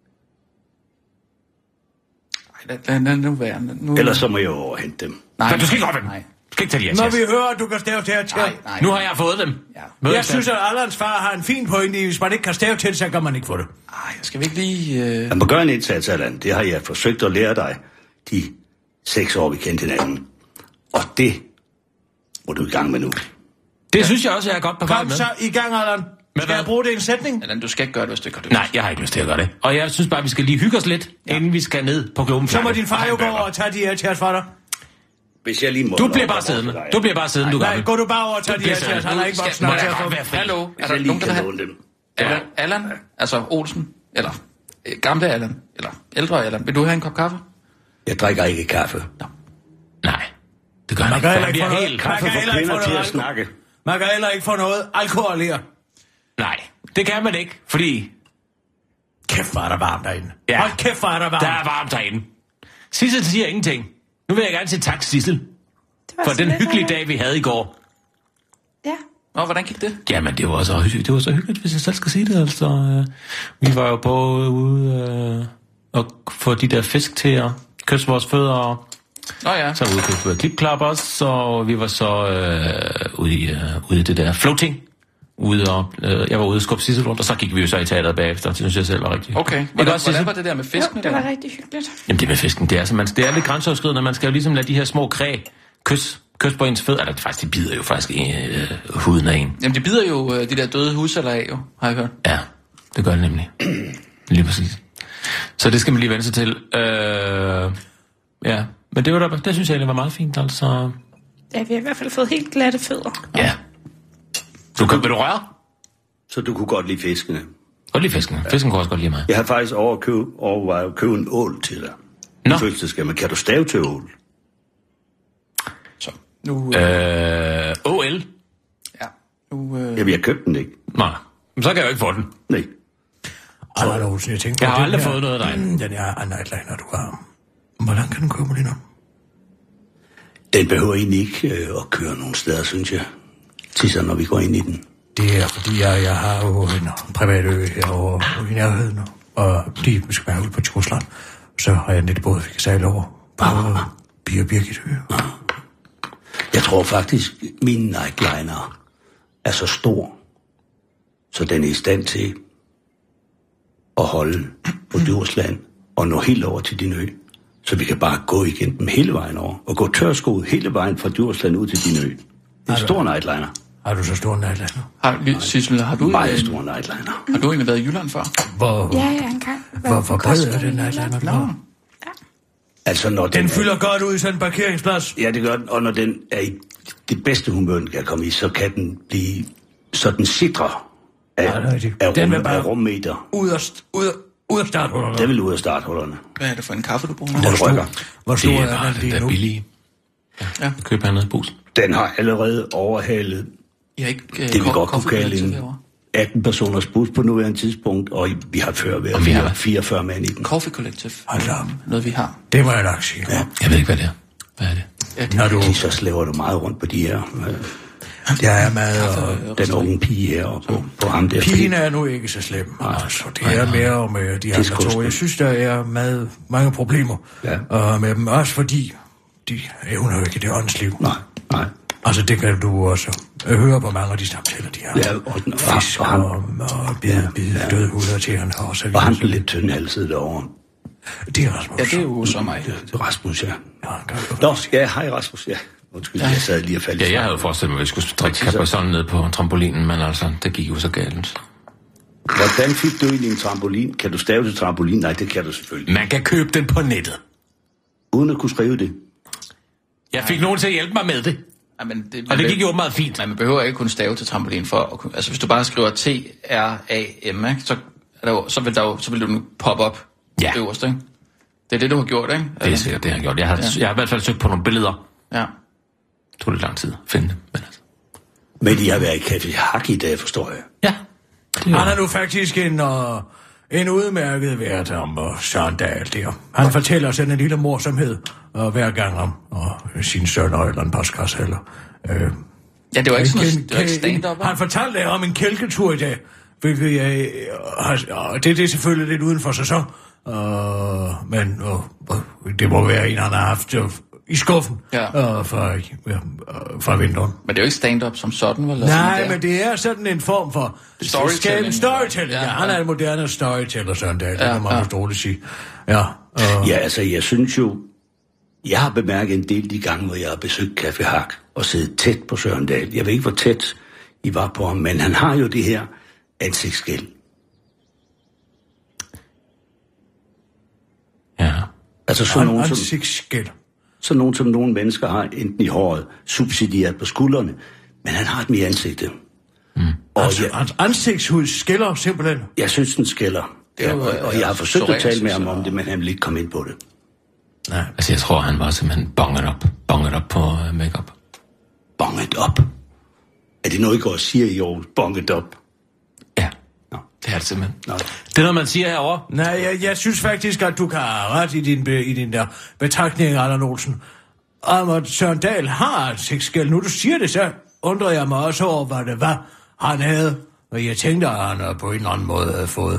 Lad, lad, lad nu være. Nu... Ellers så må jeg jo overhente dem. Nej, Men du skal ikke op dem. Nej, Du skal ikke tage de her Når tjers. vi hører, at du kan stave til Ertjer. nej, nej. Nu har jeg fået dem. Ja. Ved Jeg ikke, synes, at Allans far har en fin pointe i, hvis man ikke kan stave til det, så kan man ikke få det. Ej, skal vi ikke lige... Øh... Man må gøre en indsats, Allan. Det har jeg forsøgt at lære dig de seks år, vi kendte hinanden. Og det må du i gang med nu. Det synes jeg også, jeg er godt på vej Kom med. så i gang, Allan. Skal hvad? jeg bruge det i en sætning? Allan, du skal ikke gøre det, hvis du ikke har det. Nej, jeg har ikke lyst til at gøre det. Og jeg synes bare, vi skal lige hygge os lidt, ja. inden vi skal ned på klubben. Så må din far jo gå over og tage de Ertjers fra dig. Hvis jeg lige må... Du bliver bare siddende. Du bliver bare siddende, du Nej, gammel. gå du bare over og tage Du de bliver Ertjers. siddende. Han har ikke Skal- voksen må nok til jeg at godt få. være fri? Hallo, er Hvis der jeg lige nogen, der vil kan have... låne dem. Allan, Allan, altså Olsen, eller øh, gamle Allan, eller ældre Allan, vil du have en kop kaffe? Jeg drikker ikke kaffe. Nej, det gør han Man ikke. kan heller Han ikke bliver få noget. helt... Man Kaffe kan for heller ikke få kvinder til noget at alkohol. snakke. Man kan heller ikke få noget alkohol her. Nej, det kan man ikke, fordi Kæft, hvor er der varmt derinde. Ja. Hold kæft, hvor er der varmt. der er varmt derinde. Sissel siger ingenting. Nu vil jeg gerne sige tak, Sissel, Det var for så den lidt, hyggelige Allan. dag, vi havde i går. Ja. Nå, hvordan gik det? Jamen, det var så hyggeligt, det var så hyggeligt, hvis jeg selv skal sige det. Altså, øh, vi var jo både ude øh, og få de der fisk til at kysse vores fødder, og Nå ja, så var vi ude og købe klipklap også, og vi var så øh, ude, i, øh, ude i det der floating. Ude og, øh, jeg var ude og skubbe Sissel rundt, og så gik vi jo så i teateret bagefter. Det synes jeg selv var rigtig okay. Ikke Hvordan, også, Sissel? hvordan var det der med fiskene Jo, det var der? rigtig hyggeligt. Jamen det med fisken, det er, så man, det er lidt grænseoverskridende, man skal jo ligesom lade de her små kræ kys, kys på ens fødder. Eller faktisk, de bider jo faktisk i øh, huden af en. Jamen, de bider jo øh, de der døde husceller af, jo, har jeg hørt. Ja, det gør det nemlig. Lige præcis. Så det skal man lige vende sig til. Øh, ja, men det, var der, det synes jeg egentlig var meget fint, altså. Ja, vi har i hvert fald fået helt glatte fødder. Ja. Du kan, vil du røre? Så du kunne godt lide fiskene. Godt lide fisken. Fisken kunne også godt lide mig. Jeg har faktisk overkøb, overvejet at købe en ål til dig. Nå. Nå. Fødselsdagsgave, men kan du stave til ål? Så, nu... Øh, Øh, O L? ja, nu... Øh, Jamen, jeg købte den ikke. Nej, men så kan jeg jo ikke få den. Nej. Allan Olsen, jeg tænker Jeg på har den aldrig her- fået noget derinde. Mm, Den her nightliner, du har. Hvor langt kan den komme lige nu? Den behøver egentlig ikke øh, at køre nogen steder, synes jeg. Tisser, når vi går ind i den. Det er, fordi jeg, jeg har jo en privat ø herovre i nærheden, og de skal være ude på Djursland. Så har jeg en lille båd, vi kan sejle over på Pia Birgit ø. Jeg tror faktisk, min nightliner er så stor, så den er i stand til at holde på Djursland og nå helt over til din ø. Så vi kan bare gå igen dem hele vejen over, og gå tørskoet hele vejen fra Djursland ud til din ø. En stor nightliner. Har du så stor nightliner? Har, Sissel, har du, Meget en, stor nightliner. har du egentlig været i Jylland før? Hvor, Ja, ja, engang. hvor, hvor bred er den nightliner? Nå. Altså, når Den er- fylder godt ud i sådan en parkeringsplads. Ja, det gør den, og når den er i det bedste humør, den kan komme i, så kan den blive sådan sidrer af, Ja, det er rigtigt. af, Den rum, vil bare- af rummeter. Ud af, st- ud af, ud af starthullerne. Den vil ud af starthullerne. Hvad er det for en kaffe, du bruger? Den rykker. Hvor stor Det er var den den lige der nu? billige. Ja. Køb hernede i Brugsen. Den har allerede overhalet I har ikke uh, det, vi godt kunne kalde en atten personers bus på nuværende tidspunkt, og vi har før været Og vi har- fire- fireogfyrre mand i den. Coffee Collective. Hold da op. Noget, vi har. Det må jeg nok sige. Ja. Jeg ved ikke, hvad det er. Hvad er det? Ja, det Når du, De så slæver du meget rundt på de her. Øh, jeg er med, og den unge pige her, og på, på ham der. pigen er nu ikke så slem. Altså, det er mere med de er andre sgu to. sgu. Jeg synes, der er meget mange problemer Ja. og med dem. Også fordi, de evner jo ikke det åndsliv. Nej, nej. Altså, det kan du også høre på mange af de samtaler, de har. Ja, og, og, Fisk og, og, han, og bide, bide ja. døde huder til han og så videre. og han blev lidt tyndhalset derovre. Det er Rasmus. Ja, det er jo så mig. Det er Rasmus, ja. Ja, han kan jo Nå, ja, hej Rasmus, ja. Undskyld, ja. Jeg sad lige og faldt. Ja, jeg havde jo forestillet mig, at vi skulle drikke Capricon ned på trampolinen, men altså, det gik jo så galt. Hvordan fik du egentlig en trampolin? Kan du stave til trampolin? Nej, det kan du selvfølgelig. Man kan købe den på nettet. Uden at kunne skrive det. Jeg fik nogen til at hjælpe mig med det. Ja, men det, Og det man gik jo meget fint. Men man behøver ikke kunne stave til trampolin for at kunne, altså hvis du bare skriver T R A M, ikke, så, er der jo, så vil der jo, så vil du poppe op Ja. øverst, ikke? Det er det, du har gjort, ikke? Det er sikkert, det har jeg gjort. Jeg har, ja. jeg har i hvert fald søgt på nogle billeder. Ja. Det tog lidt lang tid at finde dem, men altså. Men de har været i Café Hak i dag, forstår jeg. Ja. Han er nu faktisk en, uh, en udmærket vært om uh, Søren Dahl der. Han fortæller sådan en lille morsomhed uh, hver gang om uh, sin søn og eller en postkasse eller... Uh, Ja, det var ikke sådan en- noget, det var ikke stand-up, Han fortalte om en kælketur i dag, hvilket jeg... Uh, har, uh, det, det er selvfølgelig lidt uden for sæson, uh, men uh, uh, det må være en, han har haft uh, i skuffen Ja. uh, fra, uh, fra vinteren. Men det er jo ikke stand-up som sådan, vel? Nej, men det er sådan en form for Storytelling. Storytelling, Ja, ja. Han er ja. en moderne storyteller, Søren Dahl, det Ja, kan man ja. vist roligt sige. Ja, og Ja, altså, jeg synes jo... Jeg har bemærket en del de gange, hvor jeg har besøgt Café Hak og siddet tæt på Søren Dahl. Jeg ved ikke, hvor tæt I var på ham, men han har jo det her ansigtsskæld. Ja. Altså sådan han, nogen, som, ansigtsskæld. sådan nogen, som nogle mennesker har enten i håret, subsidieret på skuldrene, men han har et mere ansigte. Mm. Og Altså, jeg, hans ansigtshud skælder simpelthen. jeg synes, den skælder. Det er Ja, jo, og, og øh, jeg har forsøgt at tale med ham psoriasis om det, men han vil ikke komme ind på det. Nej. Altså, jeg tror, han var simpelthen bonget op. Bonget op på uh, makeup. Bonget op. Er det noget, I går og siger i år? Bonget op. Ja. Nå. Det er det simpelthen. Nå. Det er noget, man siger herovre. Nej, jeg, jeg synes faktisk, at du kan have ret i din, be, i din der betragtning, Allan Olsen. Om at Søren Dahl har ansigtsskæld. Nu du siger det, så undrer jeg mig også over, hvad det var, han havde. Og jeg tænkte, at han på en eller anden måde havde fået...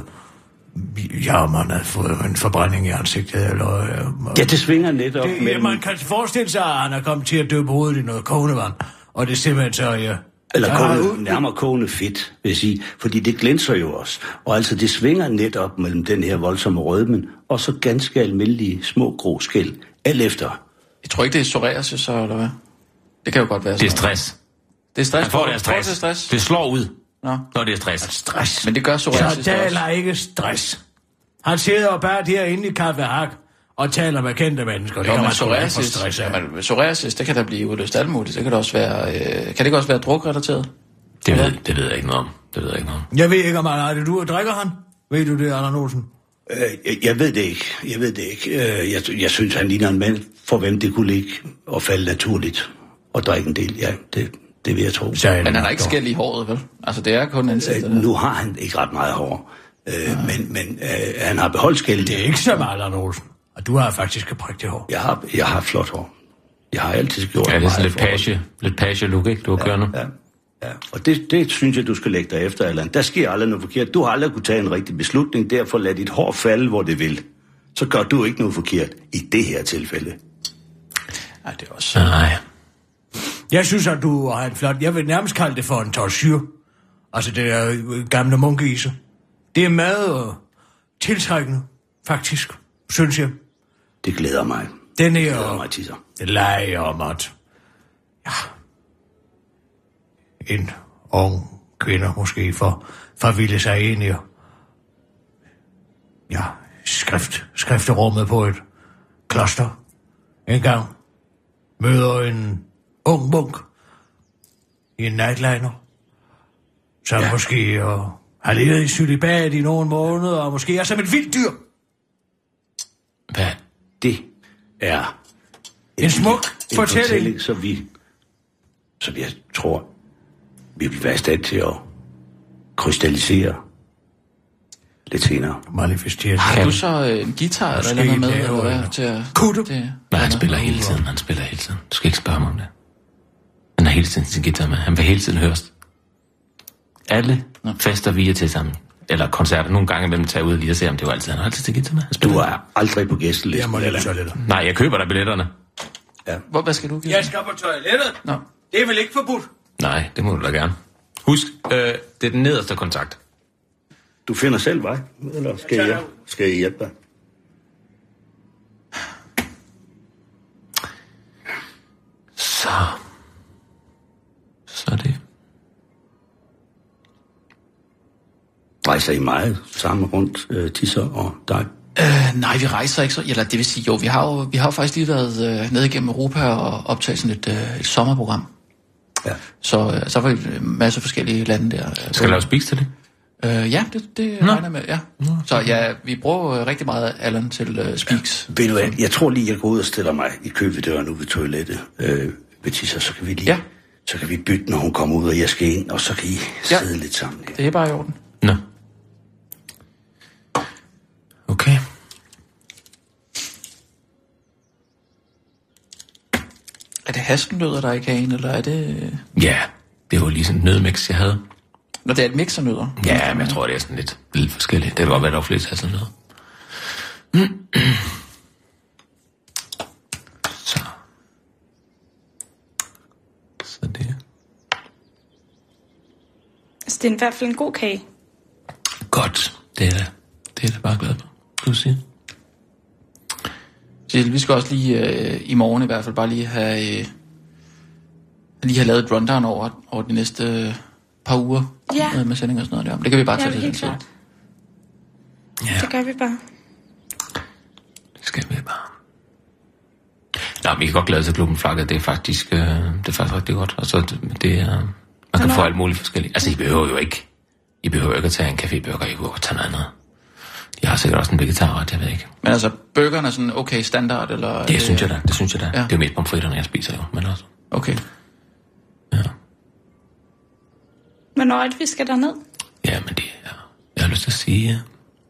Ja, man havde fået en forbrænding i ansigtet, eller... Øh, Ja, det svinger netop det, ja, mellem... man kan forestille sig, at han er kommet til at døbe hovedet i noget kogende vand. Og det er simpelthen så, ja... Eller så har kogende, ud- nærmere kogende fedt, vil jeg sige. Fordi det glænser jo også. Og altså, det svinger netop mellem den her voldsomme rødmen, og så ganske almindelige små grå skæl. Alt efter. Jeg tror ikke, det er psoriasis, så, eller hvad? Det kan jo godt være Det er sådan. stress. Det er stress. Han får det af Får stress. Det, stress. Det slår ud, Nå. når det er stress. Stress. Men det gør psoriasis Så Dahl også. er ikke stress. Han sidder og bare derinde i Café Hak og taler med kendte mennesker. Det Jo, kan men man sgu da ikke få psoriasis, stress af. men psoriasis, det kan da blive udløst alt muligt. Det kan det også være, øh, kan det ikke også være drukrelateret? Det ved, det ved jeg ikke noget om. Det ved jeg ikke noget om. Jeg ved ikke, om han har det. Du drikker han? Ved du det, Allan Olsen? Øh, jeg, jeg ved det ikke. Jeg ved det ikke. Øh, jeg, jeg synes, han ligner en mand, for hvem det kunne ligge og falde naturligt. Og drikke en del, ja. Det, det vil jeg tro. Sagde Men han har ikke skæld i håret, vel? Altså, det er kun ansigtet. Øh, der. nu har han ikke ret meget hår. Øh, men men øh, han har beholdt skæld. Det er ikke som Allan Olsen. Og du har faktisk et prægtigt hår. Jeg har, jeg har flot hår. Jeg har altid gjort Ja, det er meget sådan lidt for- page, lidt page look, ikke? Du har kørt nu. Ja, ja. Og det, det synes jeg, du skal lægge dig efter, Allan. Der sker aldrig noget forkert. Du har aldrig kunne tage en rigtig beslutning, derfor lad dit hår falde, hvor det vil. Så gør du ikke noget forkert i det her tilfælde. Nej, det er også... Nej. Jeg synes, at du har en flot... Jeg vil nærmest kalde det for en torsyr. Altså det der øh, gamle munkeise. Det er meget øh, tiltrækkende, faktisk, synes jeg. Det glæder mig. Den Det glæder er mig, Tisser. leger om at... Ja. en ung kvinde måske for, for at ville sig ind i ja, skrift, skrifterummet på et kloster en gang. Møder en ung munk i en nightliner, som ja. måske uh, har levet i cølibat i nogle måneder, og måske er som et vildt dyr. Hvad? Det er en, en smuk en fortælling. fortælling, så vi, så jeg tror, vi vil være i stand til at krystallisere lidt senere. Manifestere. Har du så en guitar eller noget med? Eller hvad, til at, Kunne du? Det, Nej, han spiller hele tiden, han spiller hele tiden. Du skal ikke spørge mig om det. Han har hele tiden sin guitar med. Han vil hele tiden høres. Alle Nå. fester vi er til sammen. Eller koncerter. Nogle gange imellem tager ud og lige og se, om det var altid. Han har altid sin guitar med. Du er aldrig på gæstelisten. Jeg må lade toilettet. Nej, jeg køber dig billetterne. Ja. Hvor, hvad skal du give? Jeg skal på toilettet. Nå. Det er vel ikke forbudt? Nej, det må du da gerne. Husk, øh, det er den nederste kontakt. Du finder selv vej, eller skal jeg, skal jeg hjælpe dig? Så. Så er det. Rejser I meget sammen rundt, øh, Tisser og dig? Øh, nej, vi rejser ikke så. Eller det vil sige, jo, vi har jo, vi har jo faktisk lige været øh, nede igennem Europa og optaget sådan et, øh, et sommerprogram. Ja. Så øh, så var vi en masse forskellige lande der. Skal du lave speaks til det? Øh, ja, det, det regner jeg med, ja. Nå. Så ja, vi bruger øh, rigtig meget Allan til øh, speaks. Ja. Ved du hvad, jeg tror lige, jeg går ud og stiller mig i kø ved døren ude ved toilettet. Øh, ved Tisser, så kan vi lige, ja. så kan vi bytte, når hun kommer ud, og jeg skal ind, og så kan I ja. sidde lidt sammen her. Det er bare i orden. Nå. Okay. Er det hasselnødder, der er i kagen, eller er det... Ja, det var lige sådan en nødmix, jeg havde. Når det er et mixernødder? Ja, men jeg tror, det er sådan lidt, lidt forskelligt. Det kan godt være, der var flest hasselnødder. Så. Så det. Altså, det er i hvert fald en god kage. Godt. Det er det. Det er det bare glad for. Du siger. Så vi skal også lige øh, i morgen i hvert fald bare lige have, øh, lige have lavet et rundown over, over de næste øh, par uger ja. med, med sending og sådan noget der. Det kan vi bare tage ja, til helt den klart. Ja. Det gør vi bare. Det skal vi bare. Nå, vi kan godt glæde til klubben Flakket. Det er faktisk, øh, det er faktisk rigtig godt. Og så det, det er, man kan få alt muligt forskelligt. Altså, I behøver jo ikke, I behøver ikke at tage en caféburger, I behøver at tage noget andet. Jeg har sikkert også en vegetarret, jeg ved ikke. Men altså, burgerne er sådan okay standard, eller... Det, det synes jeg da, det synes jeg da. Ja. Det er jo mest pomfritterne, jeg spiser jo, men også. Okay. Ja. Hvornår er det, vi skal derned? Ja, men det er... Jeg har lyst til at sige...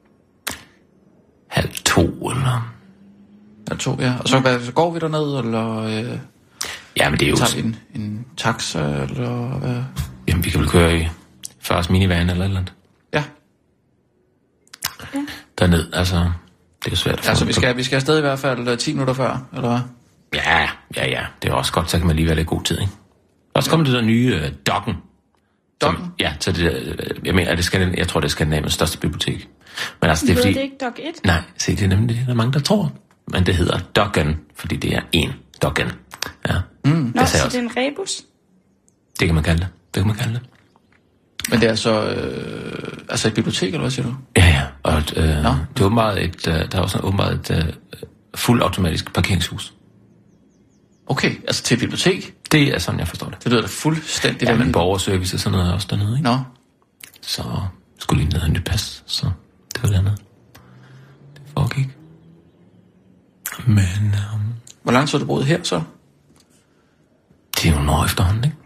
halv to, eller... Halv to, ja. Og så, hvad, så går vi derned, eller... Øh, ja, men det er jo... Tager vi en, en taxa, eller hvad? Jamen, vi kan vel køre i fars minivan, eller et eller andet. Ja. Ja. Derned, altså... Det er svært at få. Altså, vi skal, vi skal afsted i hvert fald ti minutter før, eller hvad? Ja, ja, ja. Det er også godt, så kan man lige være lidt god tid, ikke? Og så kommer det der nye øh, Dokken. Dokken? Som, ja, så det, øh, jeg mener, det skal, jeg tror, det er Skandinaviens største bibliotek. Men altså, det er fordi... det ikke Dok et? Nej, se, det er nemlig det, der er mange, der tror. Men det hedder Dokken, fordi det er én Dokken. Ja. Mm. Nå, så det er en rebus? Det kan man kalde det. Det kan man kalde det. Men det er så øh, altså et bibliotek, eller hvad siger du? Ja, ja. Og øh, det er åbenbart et, øh, der er også åbenbart et øh, fuldautomatisk parkeringshus. Okay, altså til et bibliotek? Det er sådan, jeg forstår det. Det lyder da fuldstændig... Ja, men borgerservice og sådan noget også dernede, ikke? Nå. Så skulle lige ned og nyt pas, så det var dernede. Det foregik. Men... Um, Hvor langt så du boet her, så? Det er jo nogle år efterhånden, ikke?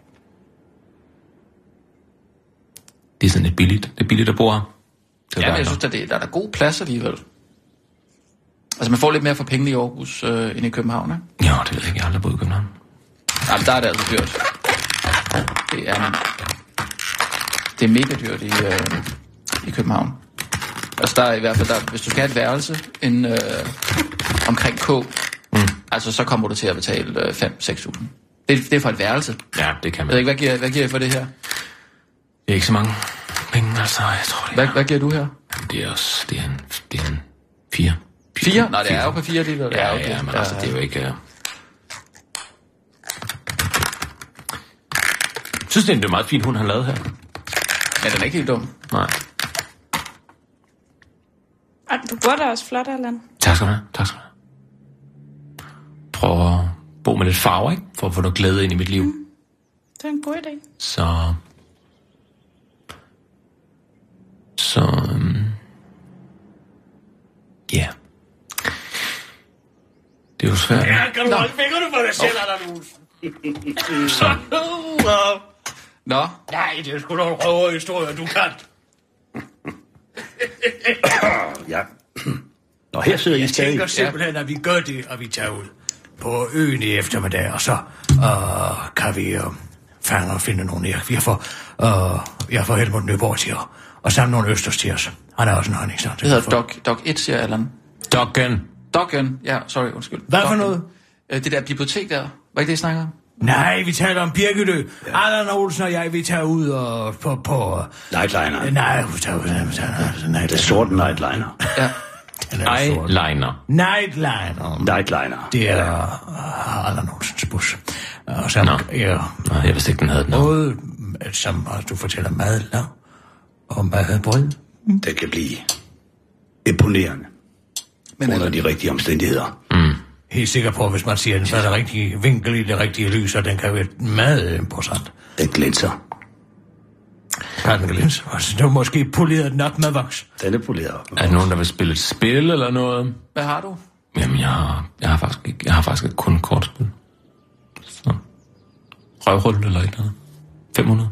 Det er sådan lidt billigt. Det er billigt at bo her. Ja, men jeg synes, at det, der er der god plads alligevel. Altså, man får lidt mere for pengene i Aarhus øh, end i København, ikke? Jo, det ved jeg ikke. Jeg har aldrig boet i København. Ja, men der er det altså dyrt. Det er, det er mega dyrt i, øh, i København. Altså, der er i hvert fald, der, hvis du skal have et værelse en, øh, omkring K, mm. altså, så kommer du til at betale øh, fem til seks tusind. Det, det er for et værelse. Ja, det kan man. Jeg ved ikke, hvad giver, hvad giver I for det her? Det er ikke så mange penge, altså. Jeg tror, det hvad, hvad giver du her? Det er også, det er en, det er en fire. Fire? Nej, det er jo på fire, det der. Ja, okay. ja, men altså, det er jo ikke... Uh... synes, det er en meget fin hund, han lavede her. Ja, den er ikke helt dum. Nej. Ej, du bor da også flot, Allan. Tak skal du have. Tak skal du have. Prøv at bo med lidt farver, ikke? For at få noget glæde ind i mit liv. Mm. Det er en god idé. Så... Så... Um... Ja. Yeah. Det er jo svært. Ja, kan du holde fingrene på dig selv, Allan Olsen? Så. Nå. Nej, det er sgu da en røverhistorie, du kan. Ja. Nå, her sidder I Jeg stadig. tænker simpelthen, at vi gør det, og vi tager ud på øen i eftermiddag, og så uh, kan vi uh, fange og finde nogle Erik. Vi har fået, uh, jeg får Helmut Nyborg til at og samle nogle østers til os. Han er også en honningsnavn. Det hedder Dog, Dog et, siger Allan. Doggen. Doggen, ja, sorry, undskyld. Hvad for Doggen. noget? Øh, det der bibliotek der, var ikke det, I snakker om? Nej, vi taler om Birgitø. Ja. Allan Olsen og jeg, vi tager ud og på... på Nightliner. Nej, vi tager ud... Nightliner. Det er sorte nightliner. Ja. Eyeliner. Nightliner. Nightliner. Det er uh, Allan Olsens bus. Og så Nå. ja, Nå, jeg vidste ikke, den havde den. noget, som du fortæller madlav og madbrød. Det kan blive imponerende. Men under Allan, de rigtige omstændigheder. Mm. Helt sikker på, at hvis man siger den, så er der rigtig vinkel i det rigtige lys, og den kan være meget imposant. Den glænser. Kan den glænse? Altså, du har måske poleret den op med voks. Den er poleret op. Er der nogen, der vil spille et spil eller noget? hvad har du? Jamen, jeg har, jeg har faktisk ikke, jeg har faktisk ikke kun kortspil. Så. Røvhul eller et eller andet. fem hundrede.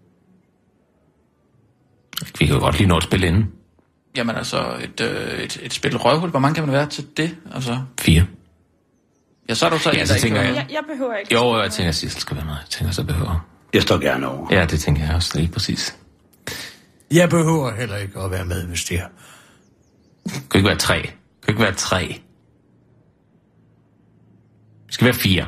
Vi kan jo godt lige nå et spil inden. Jamen altså, et, øh, et, et spil røvhul, hvor mange kan man være til det? Altså, Fire. ja, så er du så Ja, en, så der tænker ikke... jeg- Jeg, jeg behøver ikke. Jo, jeg tænker, at Sissel skal være med. Jeg tænker, så behøver. Jeg står gerne over. Ja, det tænker jeg også. Lige præcis. Jeg behøver heller ikke at være med, hvis det er. Det kan ikke være tre. Det kan ikke være tre. Det skal være fire.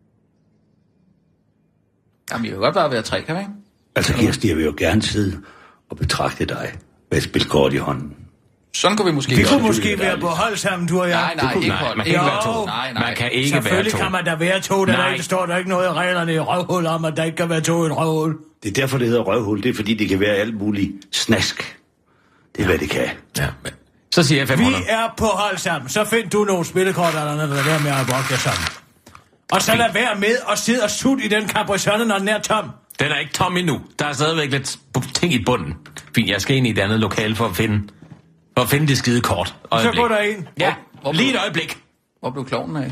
Jamen, vi kan godt bare være tre, kan vi ikke? Altså, Kirsti, jeg vil jo gerne sidde og betragte dig med et spil kort i hånden. Sådan kunne vi måske Vi gøre kunne det. måske være på hold sammen, du og jeg. Nej, nej, ikke Nej, hold. man kan ikke Jo. være to. Nej, nej. Man kan ikke være Selvfølgelig to. kan man da være to, der, Nej. der ikke står der ikke noget i reglerne i røvhul om, at der ikke kan være to i et røvhul. Det er derfor, det hedder røvhul. Det er fordi, det kan være alt muligt snask. Det er, hvad det kan. Ja, men så siger jeg fem Vi hundrede. er på hold sammen. Så find du nogle spillekort eller noget, der er med at brokke jer sammen. Og så lad være med at sidde og sutte i den Capri-Sonne, når den er tom. Den er ikke tom endnu. Der er stadigvæk lidt ting i bunden. Fint, jeg skal ind i et andet lokale for at finde, for at finde det skide kort. Så gå der ind. Ja, Hvor- lige et øjeblik. Hvor blev klovnen af?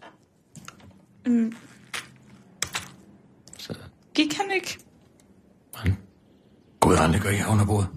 Gik han ikke? Gud, han ligger i under bordet.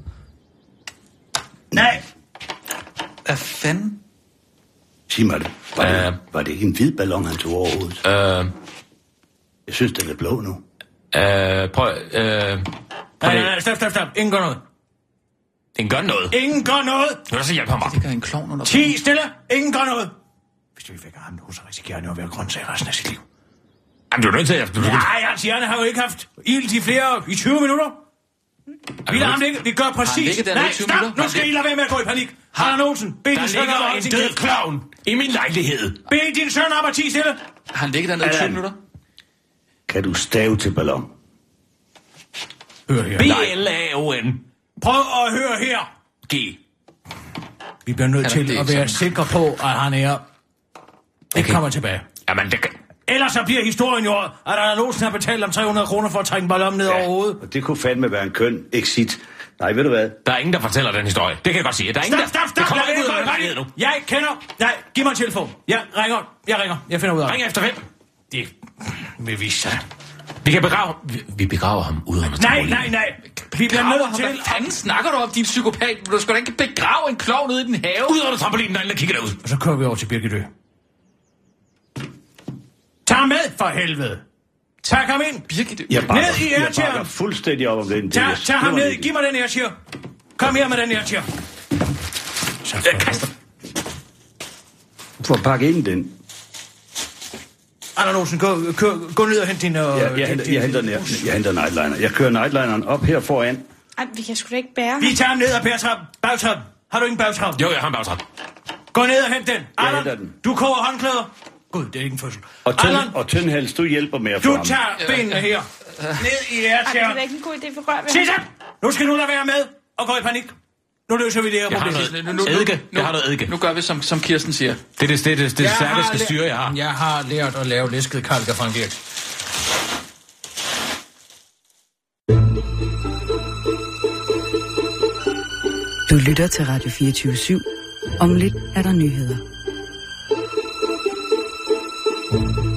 Nej! Hvad fanden? Sig mig det. Var, det, Øh. var det ikke en hvid ballon, han tog over hovedet? Øh, Jeg synes, den er blå nu. øh, prøv, øh, prøv Nej, nej, lige. nej, stop, stop, stop. Ingen gør noget. Den gør noget. Ingen gør noget. Nu så hjælp ham op. Det ligger en klovn under. Ti stille. Ingen gør noget. Hvis vi fik ham nu, så risikerer han jo at være grøntsag resten af sit liv. Jamen, du er nødt til at... Du, du, Nej, hans hjerne har jo ikke haft ild i flere i tyve minutter. Vi lader ham ligge. Vi gør præcis. ligget dernede Nej, i tyve stop. minutter? Nu skal I lade være med at gå i panik. Allan Olsen, bed der din søn om ligger at en sin død kæft. klovn i min lejlighed. Bed din søn om at ti stille. Har han ligget dernede i tyve Allan. minutter? Kan du stave til ballon? Hør her. B L A O N Prøv at høre her. G. Vi bliver nødt Ja, til det er at ikke være sådan. sikre på, at han er... Ikke kommer tilbage. Jamen, det kan... Ellers så bliver historien jo, at Allan Olsen har betalt om tre hundrede kroner for at trække en ballon ned over hovedet. Og det kunne fandme være en køn exit. Nej, ved du hvad? Der er ingen, der fortæller den historie. Det kan jeg godt sige. Der er ingen, Stop, stop, der... stop! Det kommer Lad ikke ud være af med den at lejlighed nu. Jeg kender... Nej, giv mig en telefon. Jeg ringer. Jeg ringer. Jeg finder ud af Ring efter fem. det. Vil vise sig. Vi kan begrave... Vi, vi begraver ham ude under Nej, trampolinen. nej, nej. Vi bliver Graver nødt ham. til... Hvad fanden snakker du om, din psykopat? Du skal da ikke begrave en klovn ude i den have. Ude under trampolinen, der er en, der kigger derud. Og så kører vi over til Birgitø. Tag ham med, for helvede. Tag ham ind. Birgit, Jeg bakker, Ned i jeg airchairen. bakker fuldstændig op om den. Tag, Det er tag ham ned. slimmerligt. Giv mig den her chair. Kom her med den her chair. Så Jeg kaster. For at pakke ind den. Allan Olsen, gå, gå, gå ned og hent din... Uh, Ja, jeg, henter, jeg, henter, jeg, jeg henter nightliner. Jeg kører nightlineren op her foran. Ej, vi kan sgu da ikke bære ham. Vi tager ham ned ad bærtrappen. Bagtrappen. Har du ingen bagtrappen? Jo, jeg har en bagtrap. Gå ned og hent den. Allan, henter den. du koger håndklæder. Gud, det er ikke en fødsel. Og, tynd, Allan, og tyndhals, du hjælper med at få du ham. tager benene her. Ned i Ej, det er ærtjern. da ikke en god idé for rør ved Sissel! Nu skal du lade være med og gå i panik. Nu løser vi det her Jeg har problem. noget Nu- nu- eddike. nu- Jeg har noget eddike. Nu gør vi, som, som Kirsten siger. Det er det, det, er det, det Jeg har stærkeste læ- styre, jeg har. Jeg har lært at lave læsket kalker, Frank Erik. Du lytter til Radio fireogtyve syv. Om lidt er der nyheder.